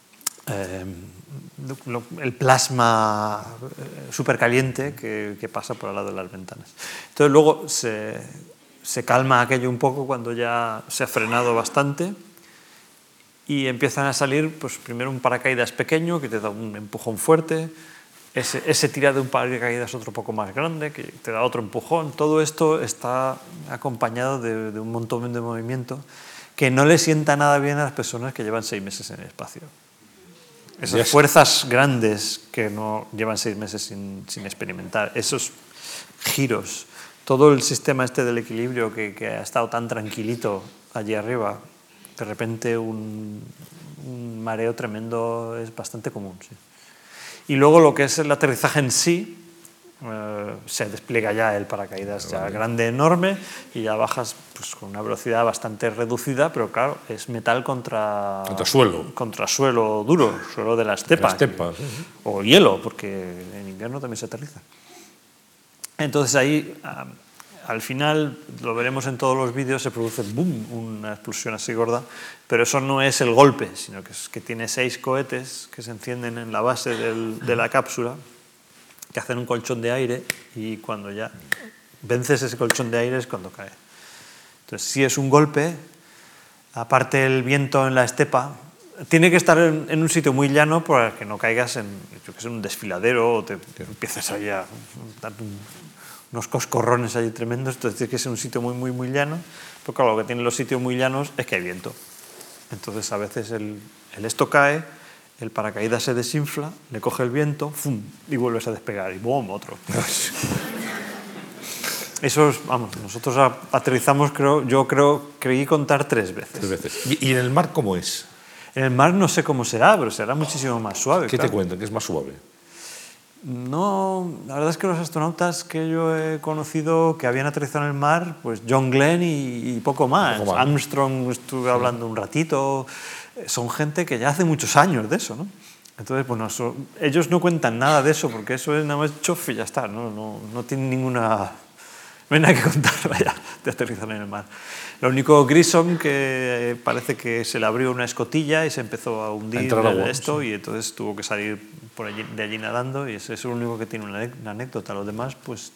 Speaker 2: eh, lo, el plasma supercaliente que, que pasa por al lado de las ventanas. Entonces luego se, se calma aquello un poco cuando ya se ha frenado bastante y empiezan a salir, pues primero un paracaídas pequeño que te da un empujón fuerte, ese, ese tira de un paracaídas otro poco más grande que te da otro empujón. Todo esto está acompañado de, de un montón de movimiento que no le sienta nada bien a las personas que llevan seis meses en el espacio. Esas yes. fuerzas grandes que no llevan seis meses sin, sin experimentar, esos giros, todo el sistema este del equilibrio que, que ha estado tan tranquilito allí arriba, de repente un, un mareo tremendo es bastante común. Sí. Y luego lo que es el aterrizaje en sí, eh, se despliega ya el paracaídas ya grande, enorme, y ya bajas pues, con una velocidad bastante reducida, pero claro, es metal contra,
Speaker 1: contra suelo.
Speaker 2: Contra suelo duro, suelo de la estepa.
Speaker 1: La estepa, sí, sí.
Speaker 2: O hielo, porque en invierno también se aterriza. Entonces ahí, al final, lo veremos en todos los vídeos, se produce boom, una explosión así gorda, pero eso no es el golpe, sino que, es que tiene seis cohetes que se encienden en la base del, de la cápsula, que hacen un colchón de aire, y cuando ya vences ese colchón de aire es cuando cae. Entonces, si es un golpe, aparte el viento en la estepa, tiene que estar en, en un sitio muy llano para que no caigas en, yo que sé, un desfiladero o te, te empieces ahí a dar un, unos coscorrones allí tremendos. Entonces tiene que ser un sitio muy, muy, muy llano, pero claro, lo que tienen los sitios muy llanos es que hay viento. Entonces a veces el, el esto cae, el paracaídas se desinfla, le coge el viento, ¡fum!, y vuelves a despegar, y ¡bum!, otro. Eso es, vamos, nosotros aterrizamos, creo, yo creo, creí contar tres veces.
Speaker 1: Tres veces. ¿Y, y en el mar cómo es?
Speaker 2: En el mar no sé cómo será, pero será muchísimo más suave.
Speaker 1: ¿Qué
Speaker 2: claro.
Speaker 1: te cuentan? ¿Que es más suave?
Speaker 2: No, la verdad es que los astronautas que yo he conocido que habían aterrizado en el mar, pues John Glenn y, y poco más. Poco más. Armstrong estuve hablando un ratito. Son gente que ya hace muchos años de eso, ¿no? Entonces, bueno, eso, ellos no cuentan nada de eso porque eso es nada más chof y ya está, ¿no? No, no tienen ninguna... No hay nada que contar, vaya, de aterrizar en el mar. Lo único, Grissom, que parece que se le abrió una escotilla y se empezó a hundir
Speaker 1: a
Speaker 2: en esto, sí. Y entonces tuvo que salir por allí, de allí nadando, y ese es lo único que tiene una, una anécdota. Los demás, pues...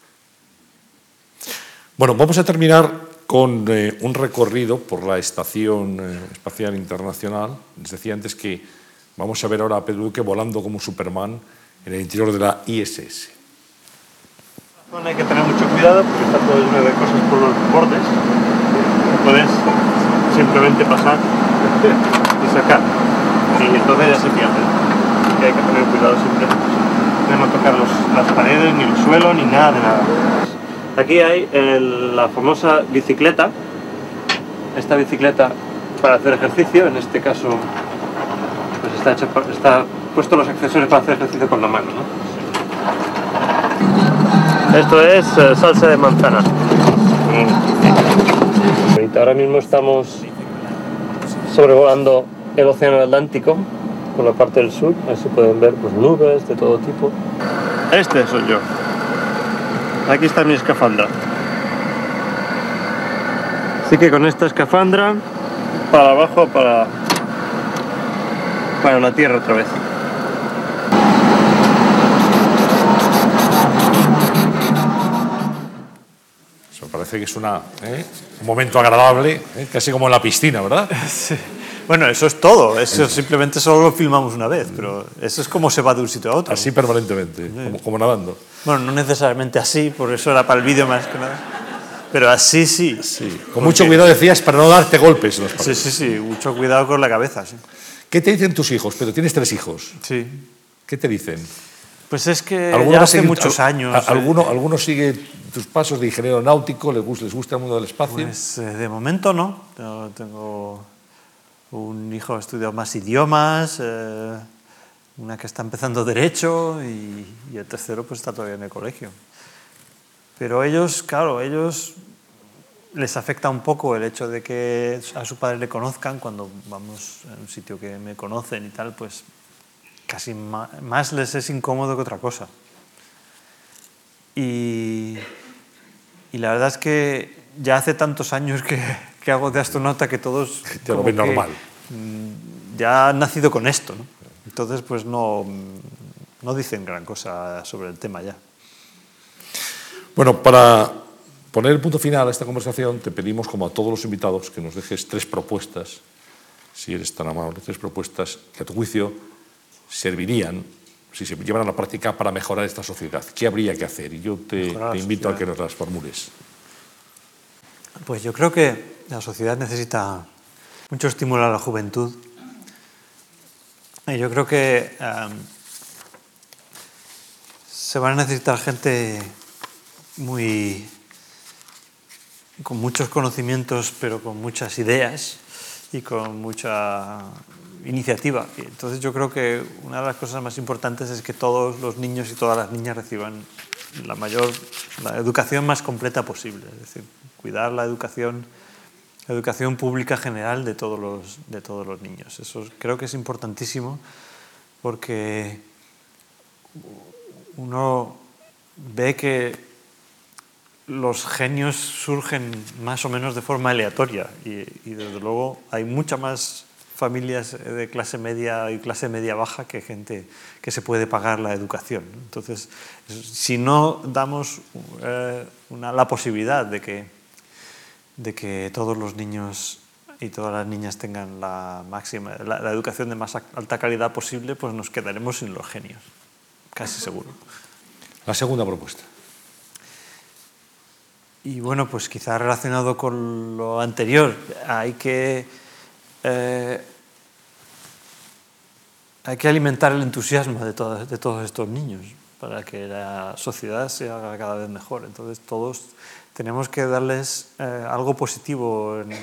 Speaker 1: Bueno, vamos a terminar con eh, un recorrido por la Estación eh, Espacial Internacional. Les decía antes que vamos a ver ahora a Pedro Duque volando como Superman en el interior de la I S S.
Speaker 2: Hay que tener mucho cuidado porque está todo lleno de cosas por los bordes. Puedes simplemente pasar y sacar. Y entonces ya se pierde. Y hay que tener cuidado siempre de no tocar los, las paredes, ni el suelo, ni nada de nada. Aquí hay el, la famosa bicicleta. Esta bicicleta para hacer ejercicio, en este caso pues está, hecho, está puesto los accesorios para hacer ejercicio con la mano, ¿no? Esto es uh, salsa de manzana. Mm. Ahora mismo estamos sobrevolando el océano Atlántico por la parte del sur. Ahí se pueden ver pues, nubes de todo tipo. Este soy yo. Aquí está mi escafandra. Así que con esta escafandra para abajo, para, para la Tierra otra vez.
Speaker 1: Parece que es una, ¿eh? un momento agradable, ¿eh? casi como en la piscina, ¿verdad?
Speaker 2: Sí. Bueno, eso es todo. Eso simplemente solo lo filmamos una vez, pero eso es como se va de un sitio a otro.
Speaker 1: Así permanentemente, sí. como, como nadando.
Speaker 2: Bueno, no necesariamente así, por eso era para el vídeo más que nada. Pero así sí.
Speaker 1: sí. Con Porque... mucho cuidado decías para no darte golpes en los papeles.
Speaker 2: Sí, sí, sí. Mucho cuidado con la cabeza, sí.
Speaker 1: ¿Qué te dicen tus hijos? Pero tienes tres hijos.
Speaker 2: Sí.
Speaker 1: ¿Qué te dicen?
Speaker 2: Pues es que ya hace seguir, muchos años...
Speaker 1: A, ¿alguno, eh, ¿Alguno sigue tus pasos de ingeniero náutico? ¿Les gusta, les gusta el mundo del espacio?
Speaker 2: Pues eh, de momento no. Yo tengo un hijo que ha estudiado más idiomas, eh, una que está empezando Derecho y, y el tercero pues está todavía en el colegio. Pero ellos, claro, ellos les afecta un poco el hecho de que a su padre le conozcan. Cuando vamos a un sitio que me conocen y tal, pues... casi más les es incómodo que otra cosa. Y, y la verdad es que ya hace tantos años que, que hago de astronauta que todos...
Speaker 1: Te lo ven normal.
Speaker 2: Ya han nacido con esto, ¿no? Entonces, pues no, no dicen gran cosa sobre el tema ya.
Speaker 1: Bueno, para poner el punto final a esta conversación, te pedimos, como a todos los invitados, que nos dejes tres propuestas, si eres tan amable, tres propuestas que a tu juicio servirían, si se llevan a la práctica, para mejorar esta sociedad. ¿Qué habría que hacer? Y yo te, te invito a que nos las formules.
Speaker 2: Pues yo creo que la sociedad necesita mucho estímulo a la juventud. Y yo creo que um, se van a necesitar gente muy con muchos conocimientos, pero con muchas ideas y con mucha iniciativa. Y entonces yo creo que una de las cosas más importantes es que todos los niños y todas las niñas reciban la mayor, la educación más completa posible. Es decir, cuidar la educación, la educación pública general de todos los, de todos los niños. Eso creo que es importantísimo porque uno ve que los genios surgen más o menos de forma aleatoria y, y desde luego hay muchas más familias de clase media y clase media baja que gente que se puede pagar la educación. Entonces, si no damos eh, una, la posibilidad de que, de que todos los niños y todas las niñas tengan la máxima, la, la educación de más alta calidad posible, pues nos quedaremos sin los genios, casi seguro.
Speaker 1: La segunda propuesta.
Speaker 2: Y bueno, pues quizá relacionado con lo anterior, hay que, eh, hay que alimentar el entusiasmo de, todos, de todos estos niños para que la sociedad se haga cada vez mejor. Entonces todos tenemos que darles eh, algo positivo. En,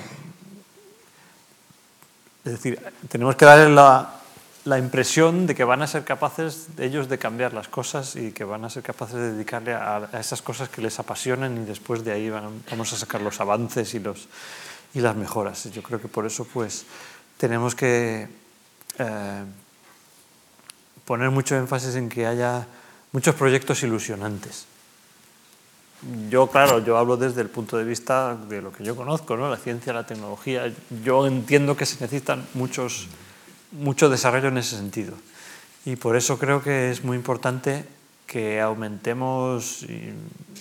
Speaker 2: es decir, tenemos que darles la, la impresión de que van a ser capaces ellos de cambiar las cosas y que van a ser capaces de dedicarle a, a esas cosas que les apasionan y después de ahí van, vamos a sacar los avances y, los, y las mejoras. Yo creo que por eso pues tenemos que eh, poner mucho énfasis en que haya muchos proyectos ilusionantes. Yo, claro, yo hablo desde el punto de vista de lo que yo conozco, ¿no? La ciencia, la tecnología. Yo entiendo que se necesitan muchos mucho desarrollo en ese sentido. Y por eso creo que es muy importante que aumentemos eh,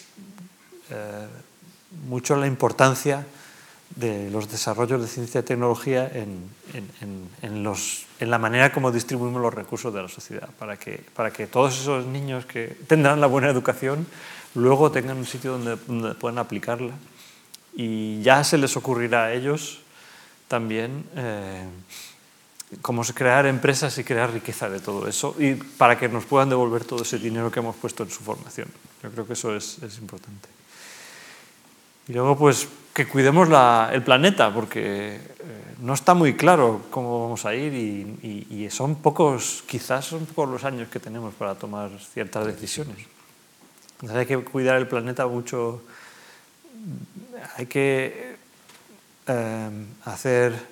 Speaker 2: mucho la importancia de los desarrollos de ciencia y tecnología en, en, en, en, los, en la manera como distribuimos los recursos de la sociedad, para que, para que todos esos niños que tendrán la buena educación luego tengan un sitio donde, donde puedan aplicarla y ya se les ocurrirá a ellos también eh, cómo crear empresas y crear riqueza de todo eso y para que nos puedan devolver todo ese dinero que hemos puesto en su formación. Yo creo que eso es, es importante. Y luego, pues, que cuidemos la, el planeta, porque eh, no está muy claro cómo vamos a ir y, y, y son pocos, quizás son pocos los años que tenemos para tomar ciertas decisiones. Entonces hay que cuidar el planeta mucho, hay que eh, hacer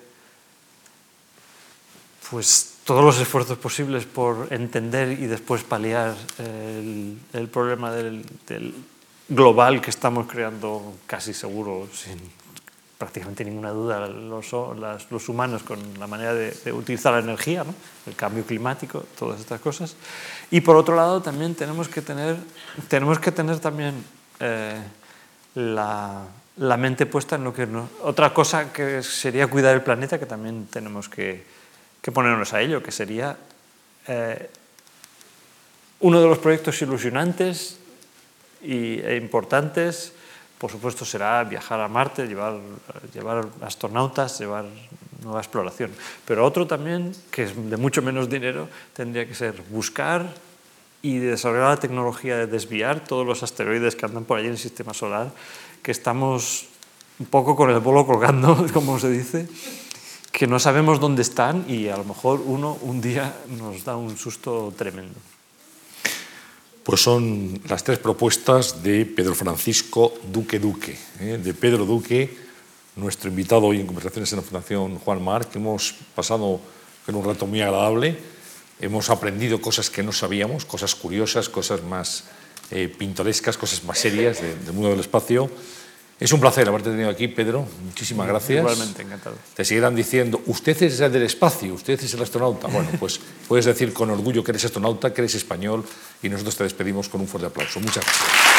Speaker 2: pues todos los esfuerzos posibles por entender y después paliar el, el problema del, del global que estamos creando casi seguro, sin prácticamente ninguna duda, los, las, los humanos con la manera de, de utilizar la energía, ¿no? El cambio climático, todas estas cosas. Y por otro lado también tenemos que tener, tenemos que tener también eh, la, la mente puesta en lo que no, otra cosa que sería cuidar el planeta, que también tenemos que que ponernos a ello, que sería eh, uno de los proyectos ilusionantes y, e importantes, por supuesto, será viajar a Marte, llevar, llevar astronautas, llevar nueva exploración. Pero otro también, que es de mucho menos dinero, tendría que ser buscar y desarrollar la tecnología de desviar todos los asteroides que andan por allí en el sistema solar, que estamos un poco con el bolo colgando, como se dice, que no sabemos dónde están y a lo mejor uno un día nos da un susto tremendo.
Speaker 1: Pues son las tres propuestas de Pedro Francisco Duque Duque, ¿eh? de Pedro Duque, nuestro invitado hoy en Conversaciones en la Fundación Juan March. Hemos pasado en un rato muy agradable, hemos aprendido cosas que no sabíamos, cosas curiosas, cosas más eh, pintorescas, cosas más serias de, del mundo del espacio. Es un placer haberte tenido aquí, Pedro. Muchísimas gracias.
Speaker 2: Igualmente, encantado.
Speaker 1: Te seguirán diciendo, usted es el del espacio, usted es el astronauta. Bueno, pues puedes decir con orgullo que eres astronauta, que eres español, y nosotros te despedimos con un fuerte aplauso. Muchas gracias.